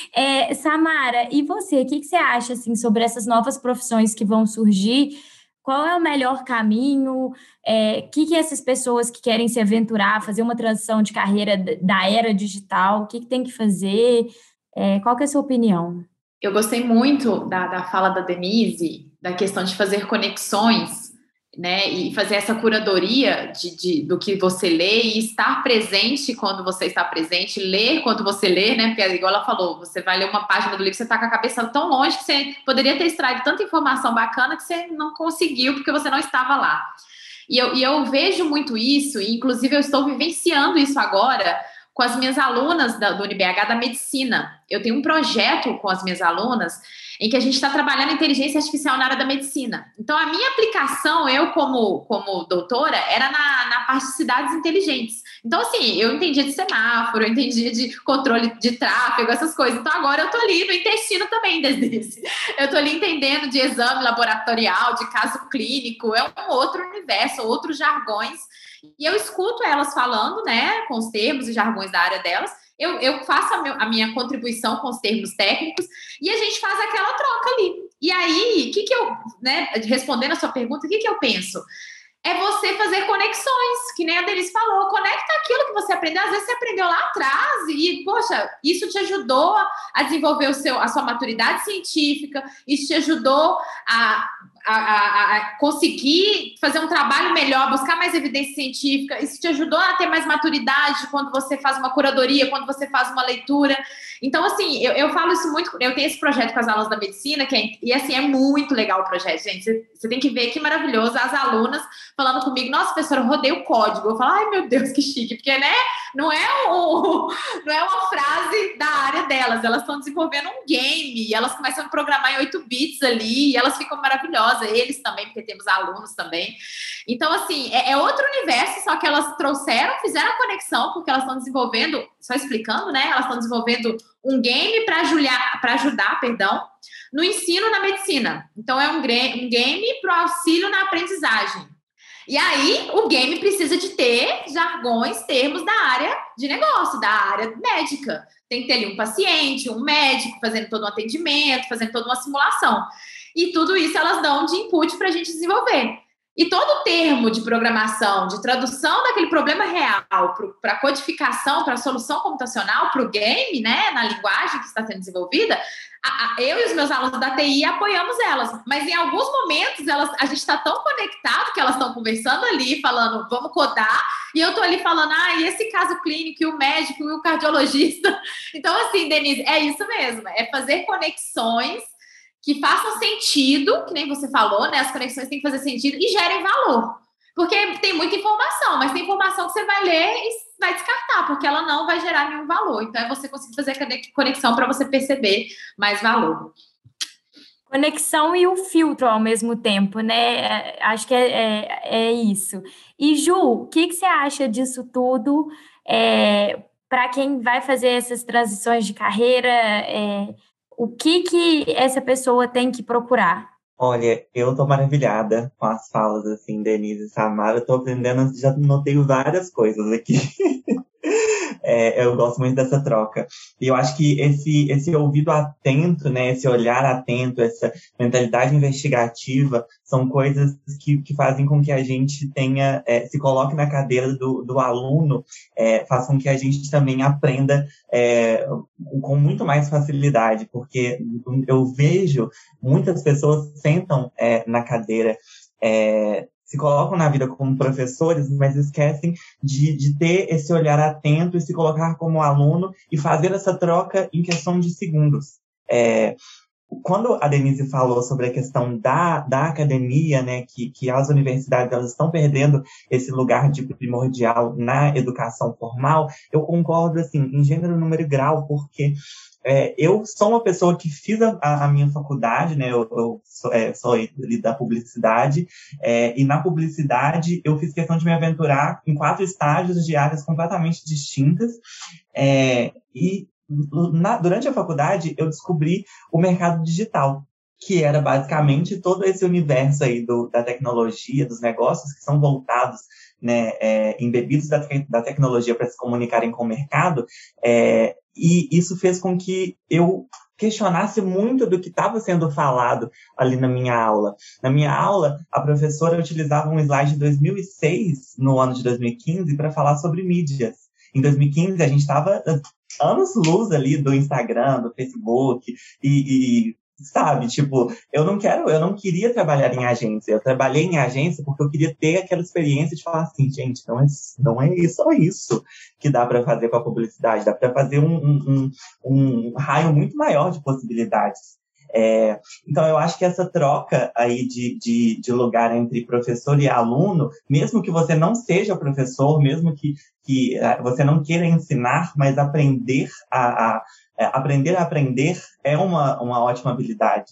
[SPEAKER 2] É, Samara, e você? O que, que você acha assim, sobre essas novas profissões que vão surgir? Qual é o melhor caminho? É, o que, que essas pessoas que querem se aventurar, fazer uma transição de carreira da era digital, o que, que tem que fazer? É, qual que é a sua opinião?
[SPEAKER 5] Eu gostei muito da, da fala da Denise, da questão de fazer conexões, né, e fazer essa curadoria de, de, do que você lê e estar presente quando você está presente, ler quando você lê, né, porque igual ela falou, você vai ler uma página do livro, você está com a cabeça tão longe que você poderia ter extraído tanta informação bacana que você não conseguiu porque você não estava lá. E eu, e eu vejo muito isso, e inclusive eu estou vivenciando isso agora com as minhas alunas da, do U N B H da medicina. Eu tenho um projeto com as minhas alunas em que a gente está trabalhando inteligência artificial na área da medicina. Então, a minha aplicação, eu como, como doutora, era na, na parte de cidades inteligentes. Então, assim, eu entendia de semáforo, eu entendia de controle de tráfego, essas coisas. Então, agora eu tô ali no intestino também, desde esse. Eu tô ali entendendo de exame laboratorial, de caso clínico, é um outro universo, outros jargões. E eu escuto elas falando, né, com os termos e jargões da área delas, eu, eu faço a, meu, a minha contribuição com os termos técnicos e a gente faz aquela troca ali. E aí, o que que eu, né, respondendo a sua pergunta, o que que eu penso? É você fazer conexões, que nem a Denise falou, conecta aquilo que você aprendeu, às vezes você aprendeu lá atrás e, poxa, isso te ajudou a desenvolver o seu, a sua maturidade científica, isso te ajudou a... A, a, a conseguir fazer um trabalho melhor, buscar mais evidência científica, isso te ajudou a ter mais maturidade quando você faz uma curadoria, quando você faz uma leitura. Então, assim, eu, eu falo isso muito, eu tenho esse projeto com as alunas da medicina, que é, e assim, é muito legal o projeto, gente, você, você tem que ver que maravilhoso, as alunas falando comigo, nossa, professora, eu rodei o código, eu falo, ai meu Deus, que chique, porque, né, não é, um, não é uma frase da área delas, elas estão desenvolvendo um game, e elas começam a programar em oito bits ali, e elas ficam maravilhosas, eles também, porque temos alunos também. Então, assim, é, é outro universo, só que elas trouxeram, fizeram a conexão, porque elas estão desenvolvendo, só explicando, né? Elas estão desenvolvendo um game para ajudar, para ajudar, perdão, no ensino na medicina. Então, é um, um game para o auxílio na aprendizagem. E aí, o game precisa de ter jargões, termos da área de negócio, da área médica. Tem que ter ali um paciente, um médico, fazendo todo um atendimento, fazendo toda uma simulação. E tudo isso elas dão de input para a gente desenvolver. E todo termo de programação, de tradução daquele problema real para a codificação, para a solução computacional, para o game, né, na linguagem que está sendo desenvolvida, a, a, eu e os meus alunos da T I apoiamos elas. Mas em alguns momentos elas, a gente está tão conectado que elas estão conversando ali, falando, vamos codar, e eu estou ali falando, ah, e esse caso clínico, e o médico, e o cardiologista. Então, assim, Denise, é isso mesmo, é fazer conexões que façam sentido, que nem você falou, né? As conexões têm que fazer sentido e gerem valor. Porque tem muita informação, mas tem informação que você vai ler e vai descartar, porque ela não vai gerar nenhum valor. Então, é você conseguir fazer a conexão para você perceber mais valor.
[SPEAKER 2] Conexão e o filtro ao mesmo tempo, né? Acho que é, é, é isso. E, Ju, o que, que você acha disso tudo é, para quem vai fazer essas transições de carreira? É, o que, que essa pessoa tem que procurar?
[SPEAKER 3] Olha, eu tô maravilhada com as falas, assim, Denise e Samara. Eu tô aprendendo, já notei várias coisas aqui. É, eu gosto muito dessa troca. E eu acho que esse, esse ouvido atento, né, esse olhar atento, essa mentalidade investigativa, são coisas que, que fazem com que a gente tenha, é, se coloque na cadeira do, do aluno, é, faz com que a gente também aprenda é, com muito mais facilidade, porque eu vejo muitas pessoas sentam é, na cadeira, é, se colocam na vida como professores, mas esquecem de, de ter esse olhar atento e se colocar como aluno e fazer essa troca em questão de segundos. É, quando a Denise falou sobre a questão da, da academia, né, que, que as universidades elas estão perdendo esse lugar de primordial na educação formal, eu concordo, assim, em gênero, número e grau, porque É, eu sou uma pessoa que fiz a, a minha faculdade, né? Eu, eu sou, é, sou da publicidade, é, e na publicidade eu fiz questão de me aventurar em quatro estágios de áreas completamente distintas, é, e na, durante a faculdade eu descobri o mercado digital, que era basicamente todo esse universo aí do, da tecnologia, dos negócios que são voltados, né, é, embebidos da, da tecnologia para se comunicarem com o mercado, é, e isso fez com que eu questionasse muito do que estava sendo falado ali na minha aula. Na minha aula, a professora utilizava um slide de dois mil e seis, no ano de dois mil e quinze, para falar sobre mídias. Em dois mil e quinze, a gente estava anos-luz ali do Instagram, do Facebook, e... e sabe, tipo, eu não quero, eu não queria trabalhar em agência, eu trabalhei em agência porque eu queria ter aquela experiência de falar assim, gente, não é, não é só isso que dá para fazer com a publicidade, dá para fazer um, um, um, um raio muito maior de possibilidades. É, então, eu acho que essa troca aí de, de, de lugar entre professor e aluno, mesmo que você não seja professor, mesmo que, que você não queira ensinar, mas aprender a, a É, aprender a aprender é uma, uma ótima habilidade.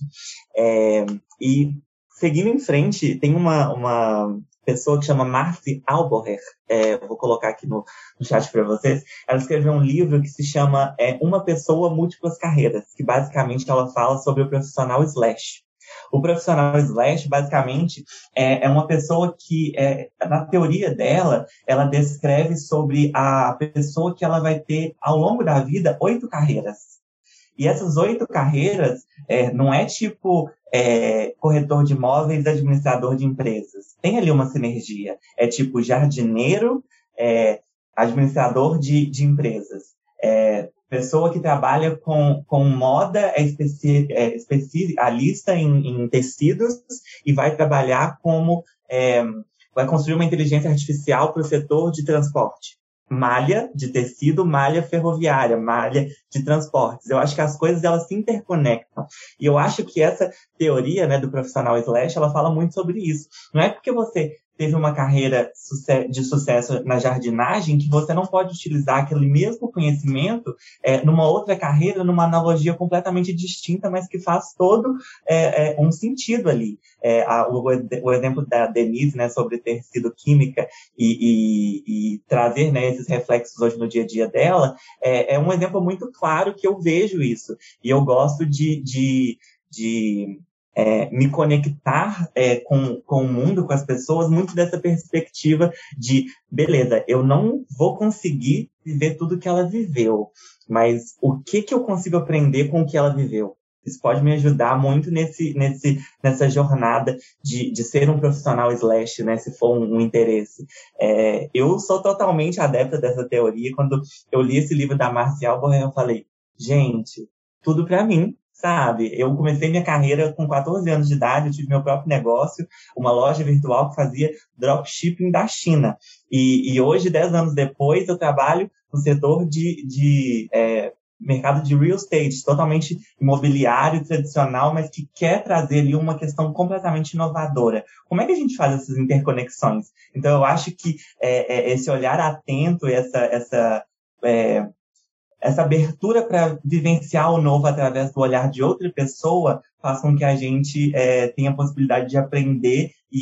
[SPEAKER 3] É, e, seguindo em frente, tem uma, uma pessoa que chama Marcy Alboher, é, vou colocar aqui no, no chat para vocês. Ela escreveu um livro que se chama é, Uma Pessoa, Múltiplas Carreiras, que basicamente ela fala sobre o profissional slash. O profissional slash, basicamente, é, é uma pessoa que, é, na teoria dela, ela descreve sobre a pessoa que ela vai ter, ao longo da vida, oito carreiras. E essas oito carreiras é, não é tipo é, corretor de imóveis, administrador de empresas. Tem ali uma sinergia. É tipo jardineiro, é, administrador de, de empresas. É, pessoa que trabalha com, com moda, é, especi, é especialista em, em tecidos e vai trabalhar como, é, vai construir uma inteligência artificial para o setor de transporte. Malha de tecido, malha ferroviária, malha de transportes. Eu acho que as coisas elas se interconectam. E eu acho que essa teoria, né, do profissional slash, ela fala muito sobre isso. Não é porque você teve uma carreira de sucesso na jardinagem que você não pode utilizar aquele mesmo conhecimento é, numa outra carreira, numa analogia completamente distinta, mas que faz todo é, é, um sentido ali. É, a, o, o exemplo da Denise, né, sobre ter sido química e, e, e trazer, né, esses reflexos hoje no dia a dia dela, é, é um exemplo muito claro que eu vejo isso. E eu gosto de... de, de É, me conectar é, com, com o mundo, com as pessoas, muito dessa perspectiva de, beleza, eu não vou conseguir viver tudo que ela viveu, mas o que, que eu consigo aprender com o que ela viveu? Isso pode me ajudar muito nesse, nesse, nessa jornada de, de ser um profissional slash, né, se for um, um interesse. É, eu sou totalmente adepta dessa teoria. Quando eu li esse livro da Marcy Alboher, eu falei, gente, tudo pra mim. Sabe, eu comecei minha carreira com quatorze anos de idade, eu tive meu próprio negócio, uma loja virtual que fazia dropshipping da China. E, e hoje, dez anos depois, eu trabalho no setor de, de é, mercado de real estate, totalmente imobiliário, tradicional, mas que quer trazer ali uma questão completamente inovadora. Como é que a gente faz essas interconexões? Então, eu acho que é, é, esse olhar atento, essa... essa é, essa abertura para vivenciar o novo através do olhar de outra pessoa faz com que a gente é, tenha a possibilidade de aprender e,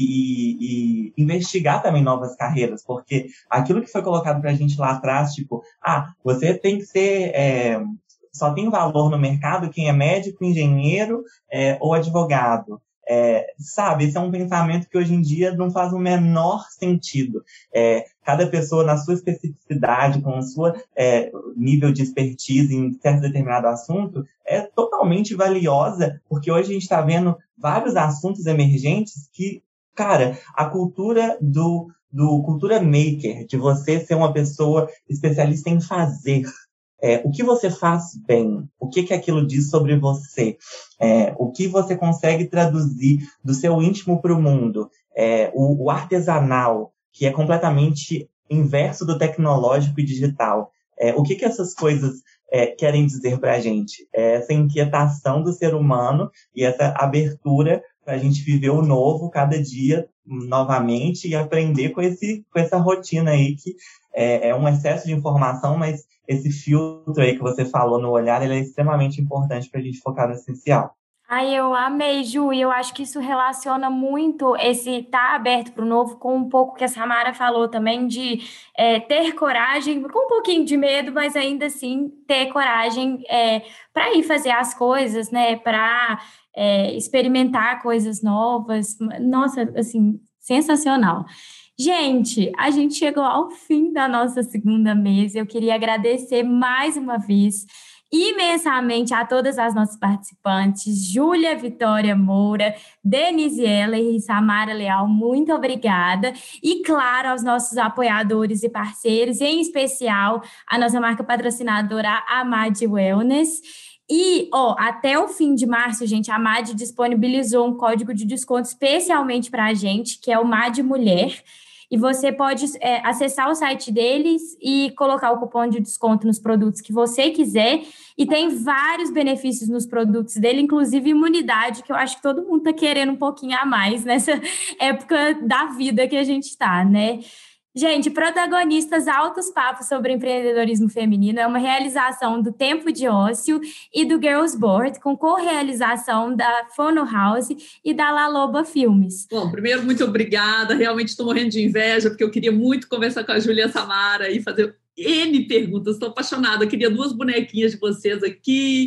[SPEAKER 3] e, e investigar também novas carreiras, porque aquilo que foi colocado para a gente lá atrás, tipo, ah, você tem que ser, é, só tem valor no mercado quem é médico, engenheiro é, ou advogado. É, sabe, esse é um pensamento que hoje em dia não faz o menor sentido. É, cada pessoa na sua especificidade, com o seu é, nível de expertise em certo determinado assunto, é totalmente valiosa, porque hoje a gente está vendo vários assuntos emergentes que, cara, a cultura do, do cultura maker, de você ser uma pessoa especialista em fazer, É, o que você faz bem, o que, que aquilo diz sobre você, é, o que você consegue traduzir do seu íntimo para o mundo, é, o, o artesanal, que é completamente inverso do tecnológico e digital. É, o que, que essas coisas é, querem dizer para a gente? É essa inquietação do ser humano e essa abertura para a gente viver o novo cada dia novamente e aprender com, esse, com essa rotina aí que é, é um excesso de informação, mas esse filtro aí que você falou no olhar, ele é extremamente importante para a gente focar no essencial.
[SPEAKER 2] Ai, eu amei, Ju, e eu acho que isso relaciona muito esse estar tá aberto para o novo com um pouco que a Samara falou também de é, ter coragem, com um pouquinho de medo, mas ainda assim ter coragem é, para ir fazer as coisas, né, para é, experimentar coisas novas. Nossa, assim, sensacional. Gente, a gente chegou ao fim da nossa segunda mesa. Eu queria agradecer mais uma vez imensamente a todas as nossas participantes, Júlia Vitória Moura, Denise Heller e Samara Leal, muito obrigada. E, claro, aos nossos apoiadores e parceiros, em especial a nossa marca patrocinadora, a Mad Wellness. E, ó, até o fim de março, gente, a Mad disponibilizou um código de desconto especialmente para a gente, que é o Mad Mulher. E você pode é, acessar o site deles e colocar o cupom de desconto nos produtos que você quiser. E tem vários benefícios nos produtos dele, inclusive imunidade, que eu acho que todo mundo está querendo um pouquinho a mais nessa época da vida que a gente está, né? Gente, Protagonistas Altos Papos sobre Empreendedorismo Feminino é uma realização do Tempo de Ócio e do Girls Board, com co-realização da Fono House e da La Loba Filmes.
[SPEAKER 4] Bom, primeiro, muito obrigada. Realmente estou morrendo de inveja, porque eu queria muito conversar com a Júlia e a Samara e fazer N perguntas. Estou apaixonada. Eu queria duas bonequinhas de vocês aqui,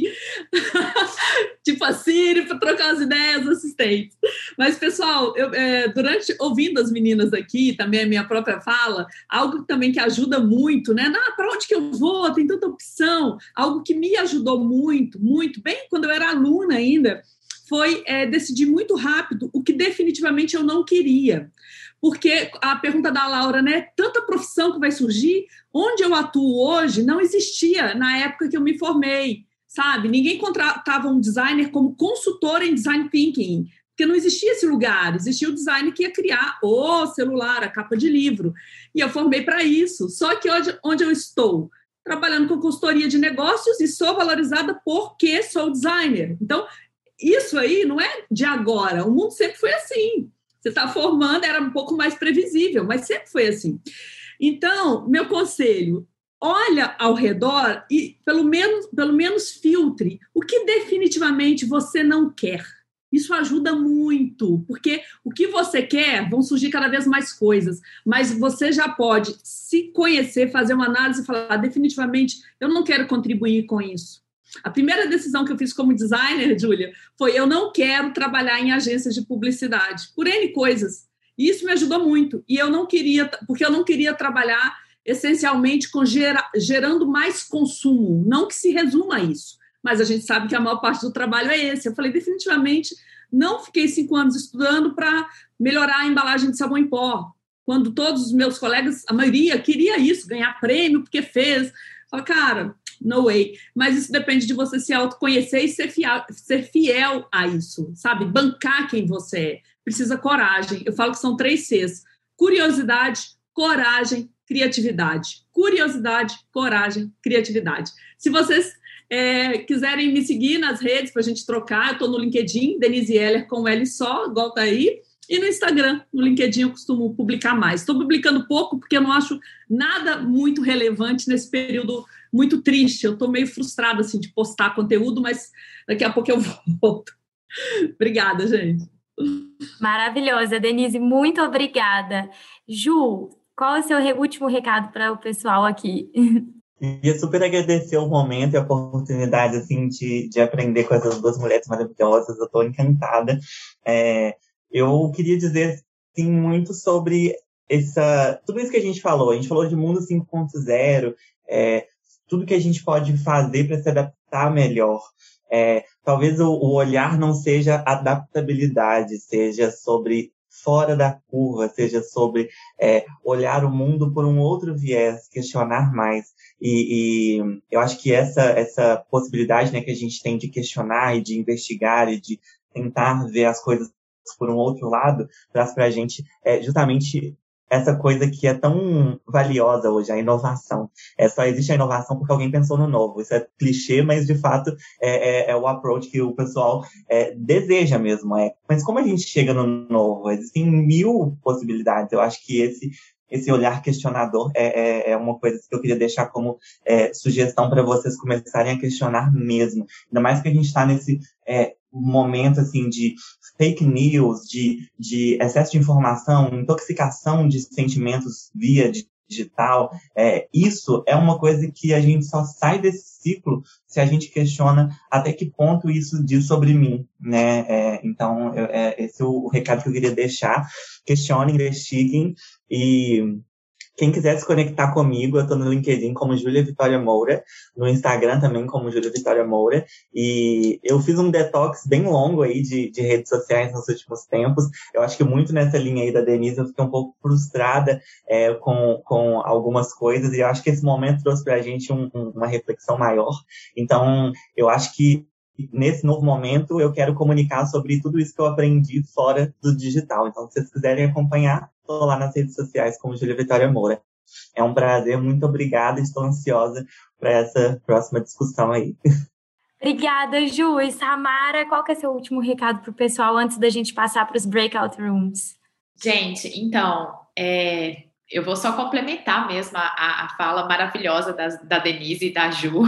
[SPEAKER 4] tipo a Siri, para trocar as ideias assistentes. Mas, pessoal, eu, é, durante ouvindo as meninas aqui, também a minha própria fala, algo também que ajuda muito, né? Ah, para onde que eu vou? Tem tanta opção. Algo que me ajudou muito, muito, bem quando eu era aluna ainda, foi é, decidir muito rápido o que definitivamente eu não queria. Porque a pergunta da Laura, né? Tanta profissão que vai surgir, onde eu atuo hoje não existia na época que eu me formei, sabe? Ninguém contratava um designer como consultor em design thinking, porque não existia esse lugar, existia o designer que ia criar o celular, a capa de livro, e eu formei para isso. Só que hoje, onde eu estou? Trabalhando com consultoria de negócios e sou valorizada porque sou designer. Então, isso aí não é de agora, o mundo sempre foi assim. Você está formando, era um pouco mais previsível, mas sempre foi assim. Então, meu conselho, olha ao redor e pelo menos, pelo menos filtre o que definitivamente você não quer. Isso ajuda muito, porque o que você quer, vão surgir cada vez mais coisas, mas você já pode se conhecer, fazer uma análise e falar, definitivamente, eu não quero contribuir com isso. A primeira decisão que eu fiz como designer, Júlia, foi eu não quero trabalhar em agências de publicidade, por N coisas. E isso me ajudou muito. E eu não queria, porque eu não queria trabalhar essencialmente com gera, gerando mais consumo, não que se resuma a isso. Mas a gente sabe que a maior parte do trabalho é esse. Eu falei, definitivamente, não fiquei cinco anos estudando para melhorar a embalagem de sabão em pó. Quando todos os meus colegas, a maioria, queria isso, ganhar prêmio porque fez. Eu falei, cara, no way. Mas isso depende de você se autoconhecer e ser fiel, ser fiel a isso, sabe? Bancar quem você é. Precisa coragem. Eu falo que são três Cs. Curiosidade, coragem, criatividade. Curiosidade, coragem, criatividade. Se vocês é, quiserem me seguir nas redes para a gente trocar, eu estou no LinkedIn, Denise Heller com L só, igual tá aí. E no Instagram, no LinkedIn, eu costumo publicar mais. Estou publicando pouco porque eu não acho nada muito relevante nesse período muito triste. Eu estou meio frustrada assim, de postar conteúdo, mas daqui a pouco eu volto. Obrigada, gente.
[SPEAKER 2] Maravilhosa, Denise, muito obrigada. Ju, qual é o seu re- último recado para o pessoal aqui?
[SPEAKER 3] Queria super agradecer o momento e a oportunidade, assim, de, de aprender com essas duas mulheres maravilhosas. Eu estou encantada. É, eu queria dizer, assim, muito sobre essa, tudo isso que a gente falou. A gente falou de mundo cinco ponto zero, é, tudo que a gente pode fazer para se adaptar melhor. É, talvez o, o olhar não seja adaptabilidade, seja sobre fora da curva, seja sobre é, olhar o mundo por um outro viés, questionar mais. E, e eu acho que essa, essa possibilidade, né, que a gente tem de questionar e de investigar e de tentar ver as coisas por um outro lado, traz para a gente é, justamente essa coisa que é tão valiosa hoje, a inovação. É, só existe a inovação porque alguém pensou no novo. Isso é clichê, mas de fato é, é, é o approach que o pessoal é, deseja mesmo. É. Mas como a gente chega no novo? Existem mil possibilidades. Eu acho que esse, esse olhar questionador é, é, é uma coisa que eu queria deixar como é, sugestão para vocês começarem a questionar mesmo. Ainda mais que a gente está nesse é, momento assim, de fake news, de, de excesso de informação, intoxicação de sentimentos via digital. É, isso é uma coisa que a gente só sai desse ciclo se a gente questiona até que ponto isso diz sobre mim, né? É, então, eu, é, esse é o, o recado que eu queria deixar. Questionem, investiguem e quem quiser se conectar comigo, eu estou no LinkedIn como Júlia Vitória Moura, no Instagram também como Júlia Vitória Moura, e eu fiz um detox bem longo aí de, de redes sociais nos últimos tempos. Eu acho que muito nessa linha aí da Denise eu fiquei um pouco frustrada é, com, com algumas coisas, e eu acho que esse momento trouxe pra gente um, um, uma reflexão maior. Então, eu acho que nesse novo momento eu quero comunicar sobre tudo isso que eu aprendi fora do digital. Então, se vocês quiserem acompanhar, estou lá nas redes sociais como Júlia Vitória Moura. É um prazer, muito obrigada, estou ansiosa para essa próxima discussão aí.
[SPEAKER 2] Obrigada, Ju. E Samara, qual que é seu último recado para o pessoal antes da gente passar para os breakout rooms?
[SPEAKER 5] Gente, então, é, eu vou só complementar mesmo a, a fala maravilhosa da, da Denise e da Ju.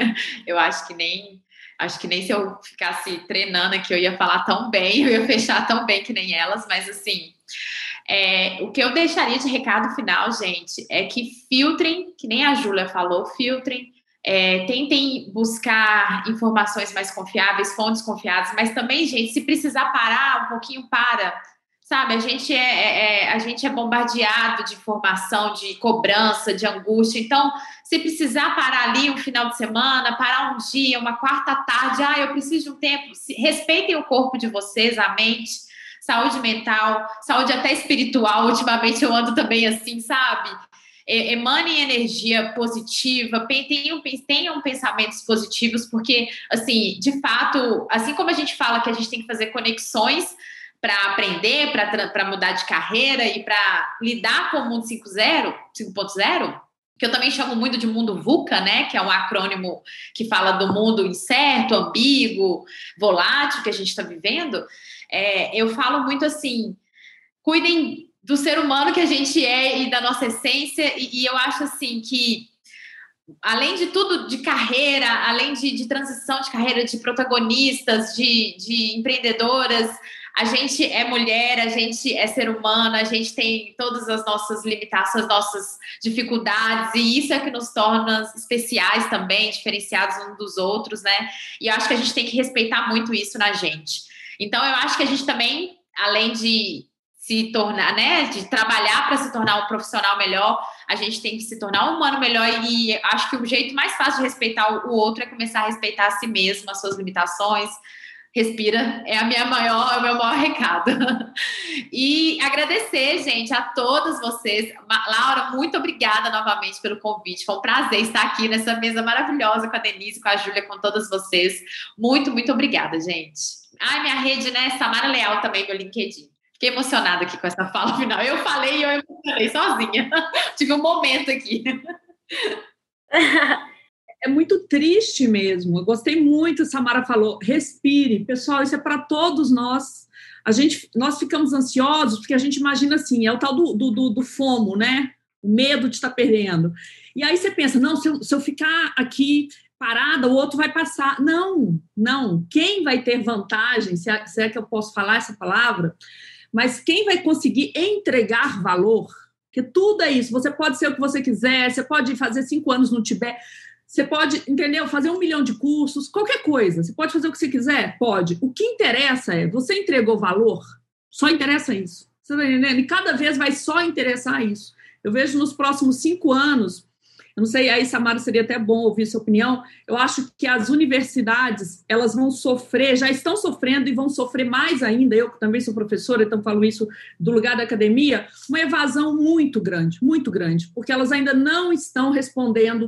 [SPEAKER 5] Eu acho que nem... Acho que nem se eu ficasse treinando aqui eu ia falar tão bem, eu ia fechar tão bem que nem elas, mas assim, é, o que eu deixaria de recado final, gente, é que filtrem, que nem a Júlia falou, filtrem, é, tentem buscar informações mais confiáveis, fontes confiáveis, mas também, gente, se precisar parar um pouquinho, para. Sabe, a gente é, é, a gente é bombardeado de informação, de cobrança, de angústia. Então, se precisar parar ali um final de semana, parar um dia, uma quarta tarde, ah, eu preciso de um tempo. Respeitem o corpo de vocês, a mente, saúde mental, saúde até espiritual. Ultimamente eu ando também assim, sabe? Emanem energia positiva, tenham, tenham pensamentos positivos, porque, assim, de fato, assim como a gente fala que a gente tem que fazer conexões para aprender, para mudar de carreira e para lidar com o mundo cinco ponto zero, que eu também chamo muito de mundo VUCA, né, que é um acrônimo que fala do mundo incerto, ambíguo, volátil que a gente está vivendo, é, eu falo muito assim, cuidem do ser humano que a gente é e da nossa essência, e, e eu acho assim que, além de tudo, de carreira, além de, de transição de carreira, de protagonistas, de, de empreendedoras, a gente é mulher, a gente é ser humano, a gente tem todas as nossas limitações, as nossas dificuldades, e isso é que nos torna especiais também, diferenciados uns dos outros, né? E eu acho que a gente tem que respeitar muito isso na gente. Então, eu acho que a gente também, além de se tornar, né, de trabalhar para se tornar um profissional melhor, a gente tem que se tornar um humano melhor, e acho que o jeito mais fácil de respeitar o outro é começar a respeitar a si mesmo, as suas limitações. Respira, é a minha maior, é o meu maior recado. E agradecer, gente, a todas vocês. Laura, muito obrigada novamente pelo convite. Foi um prazer estar aqui nessa mesa maravilhosa com a Denise, com a Júlia, com todas vocês. Muito, muito obrigada, gente. Ai, minha rede, né? Samara Leal também, meu LinkedIn. Fiquei emocionada aqui com essa fala final. Eu falei e eu emocionei sozinha. Tive um momento aqui.
[SPEAKER 4] É muito triste mesmo. Eu gostei muito, a Samara falou, respire. Pessoal, isso é para todos nós. A gente, nós ficamos ansiosos porque a gente imagina assim, é o tal do, do, do FOMO, né? O medo de estar perdendo. E aí você pensa, não, se eu, se eu ficar aqui parada, o outro vai passar. Não, não. Quem vai ter vantagem, se é, se é que eu posso falar essa palavra, mas quem vai conseguir entregar valor, porque tudo é isso, você pode ser o que você quiser, você pode fazer cinco anos no Tibete, você pode, entendeu? Fazer um milhão de cursos, qualquer coisa. Você pode fazer o que você quiser? Pode. O que interessa é, você entregou valor? Só interessa isso. Você está entendendo? E cada vez vai só interessar isso. Eu vejo nos próximos cinco anos, eu não sei, aí, Samara, seria até bom ouvir sua opinião, eu acho que as universidades, elas vão sofrer, já estão sofrendo e vão sofrer mais ainda, eu que também sou professora, então falo isso do lugar da academia, uma evasão muito grande, muito grande, porque elas ainda não estão respondendo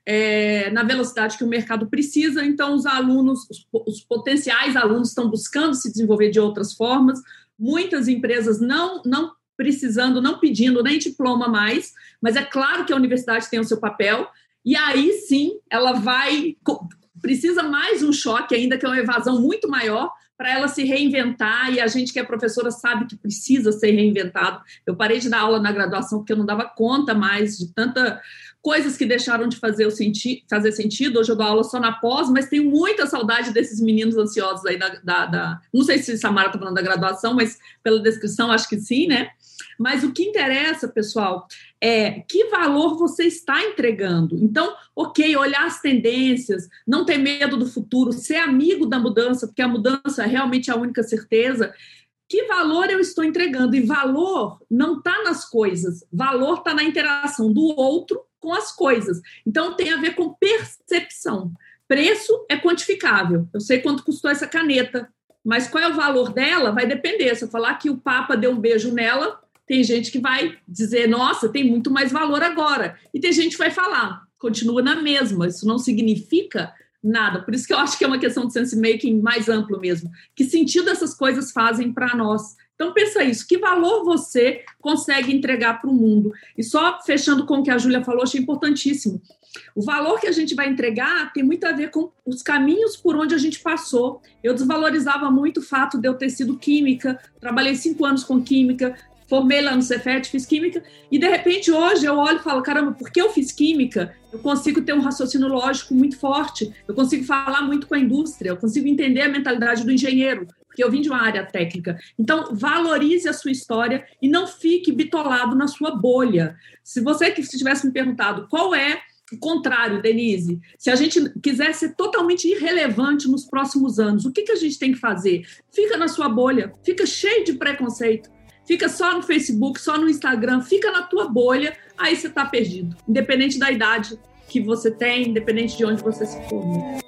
[SPEAKER 4] É, na velocidade que o mercado precisa, então os alunos, os, os potenciais alunos estão buscando se desenvolver de outras formas, muitas empresas não, não precisando, não pedindo nem diploma mais, mas é claro que a universidade tem o seu papel, e aí sim ela vai, precisa mais um choque ainda, que é uma evasão muito maior, para ela se reinventar, e a gente que é professora sabe que precisa ser reinventado. Eu parei de dar aula na graduação porque eu não dava conta mais de tanta coisas que deixaram de fazer, o senti- fazer sentido. Hoje eu dou aula só na pós, mas tenho muita saudade desses meninos ansiosos aí da... da, da... Não sei se Samara está falando da graduação, mas pela descrição acho que sim, né? Mas o que interessa, pessoal, é que valor você está entregando. Então, ok, olhar as tendências, não ter medo do futuro, ser amigo da mudança, porque a mudança é realmente a única certeza. Que valor eu estou entregando? E valor não está nas coisas, valor está na interação do outro com as coisas. Então, tem a ver com percepção. Preço é quantificável. Eu sei quanto custou essa caneta, mas qual é o valor dela? Vai depender. Se eu falar que o Papa deu um beijo nela, tem gente que vai dizer, nossa, tem muito mais valor agora. E tem gente que vai falar, continua na mesma. Isso não significa nada. Por isso que eu acho que é uma questão de sense-making mais amplo mesmo. Que sentido essas coisas fazem para nós? Então, pensa isso. Que valor você consegue entregar para o mundo? E só fechando com o que a Júlia falou, achei importantíssimo. O valor que a gente vai entregar tem muito a ver com os caminhos por onde a gente passou. Eu desvalorizava muito o fato de eu ter sido química, trabalhei cinco anos com química, formei lá no Cefet, fiz química, e de repente hoje eu olho e falo, caramba, porque eu fiz química, eu consigo ter um raciocínio lógico muito forte, eu consigo falar muito com a indústria, eu consigo entender a mentalidade do engenheiro, porque eu vim de uma área técnica. Então, valorize a sua história e não fique bitolado na sua bolha. Se você que se tivesse me perguntado qual é o contrário, Denise, se a gente quiser ser totalmente irrelevante nos próximos anos, o que, que a gente tem que fazer? Fica na sua bolha, fica cheio de preconceito, fica só no Facebook, só no Instagram, fica na tua bolha, aí você está perdido, independente da idade que você tem, independente de onde você se formou.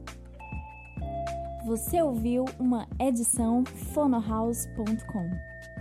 [SPEAKER 6] Você ouviu uma edição fonohouse ponto com.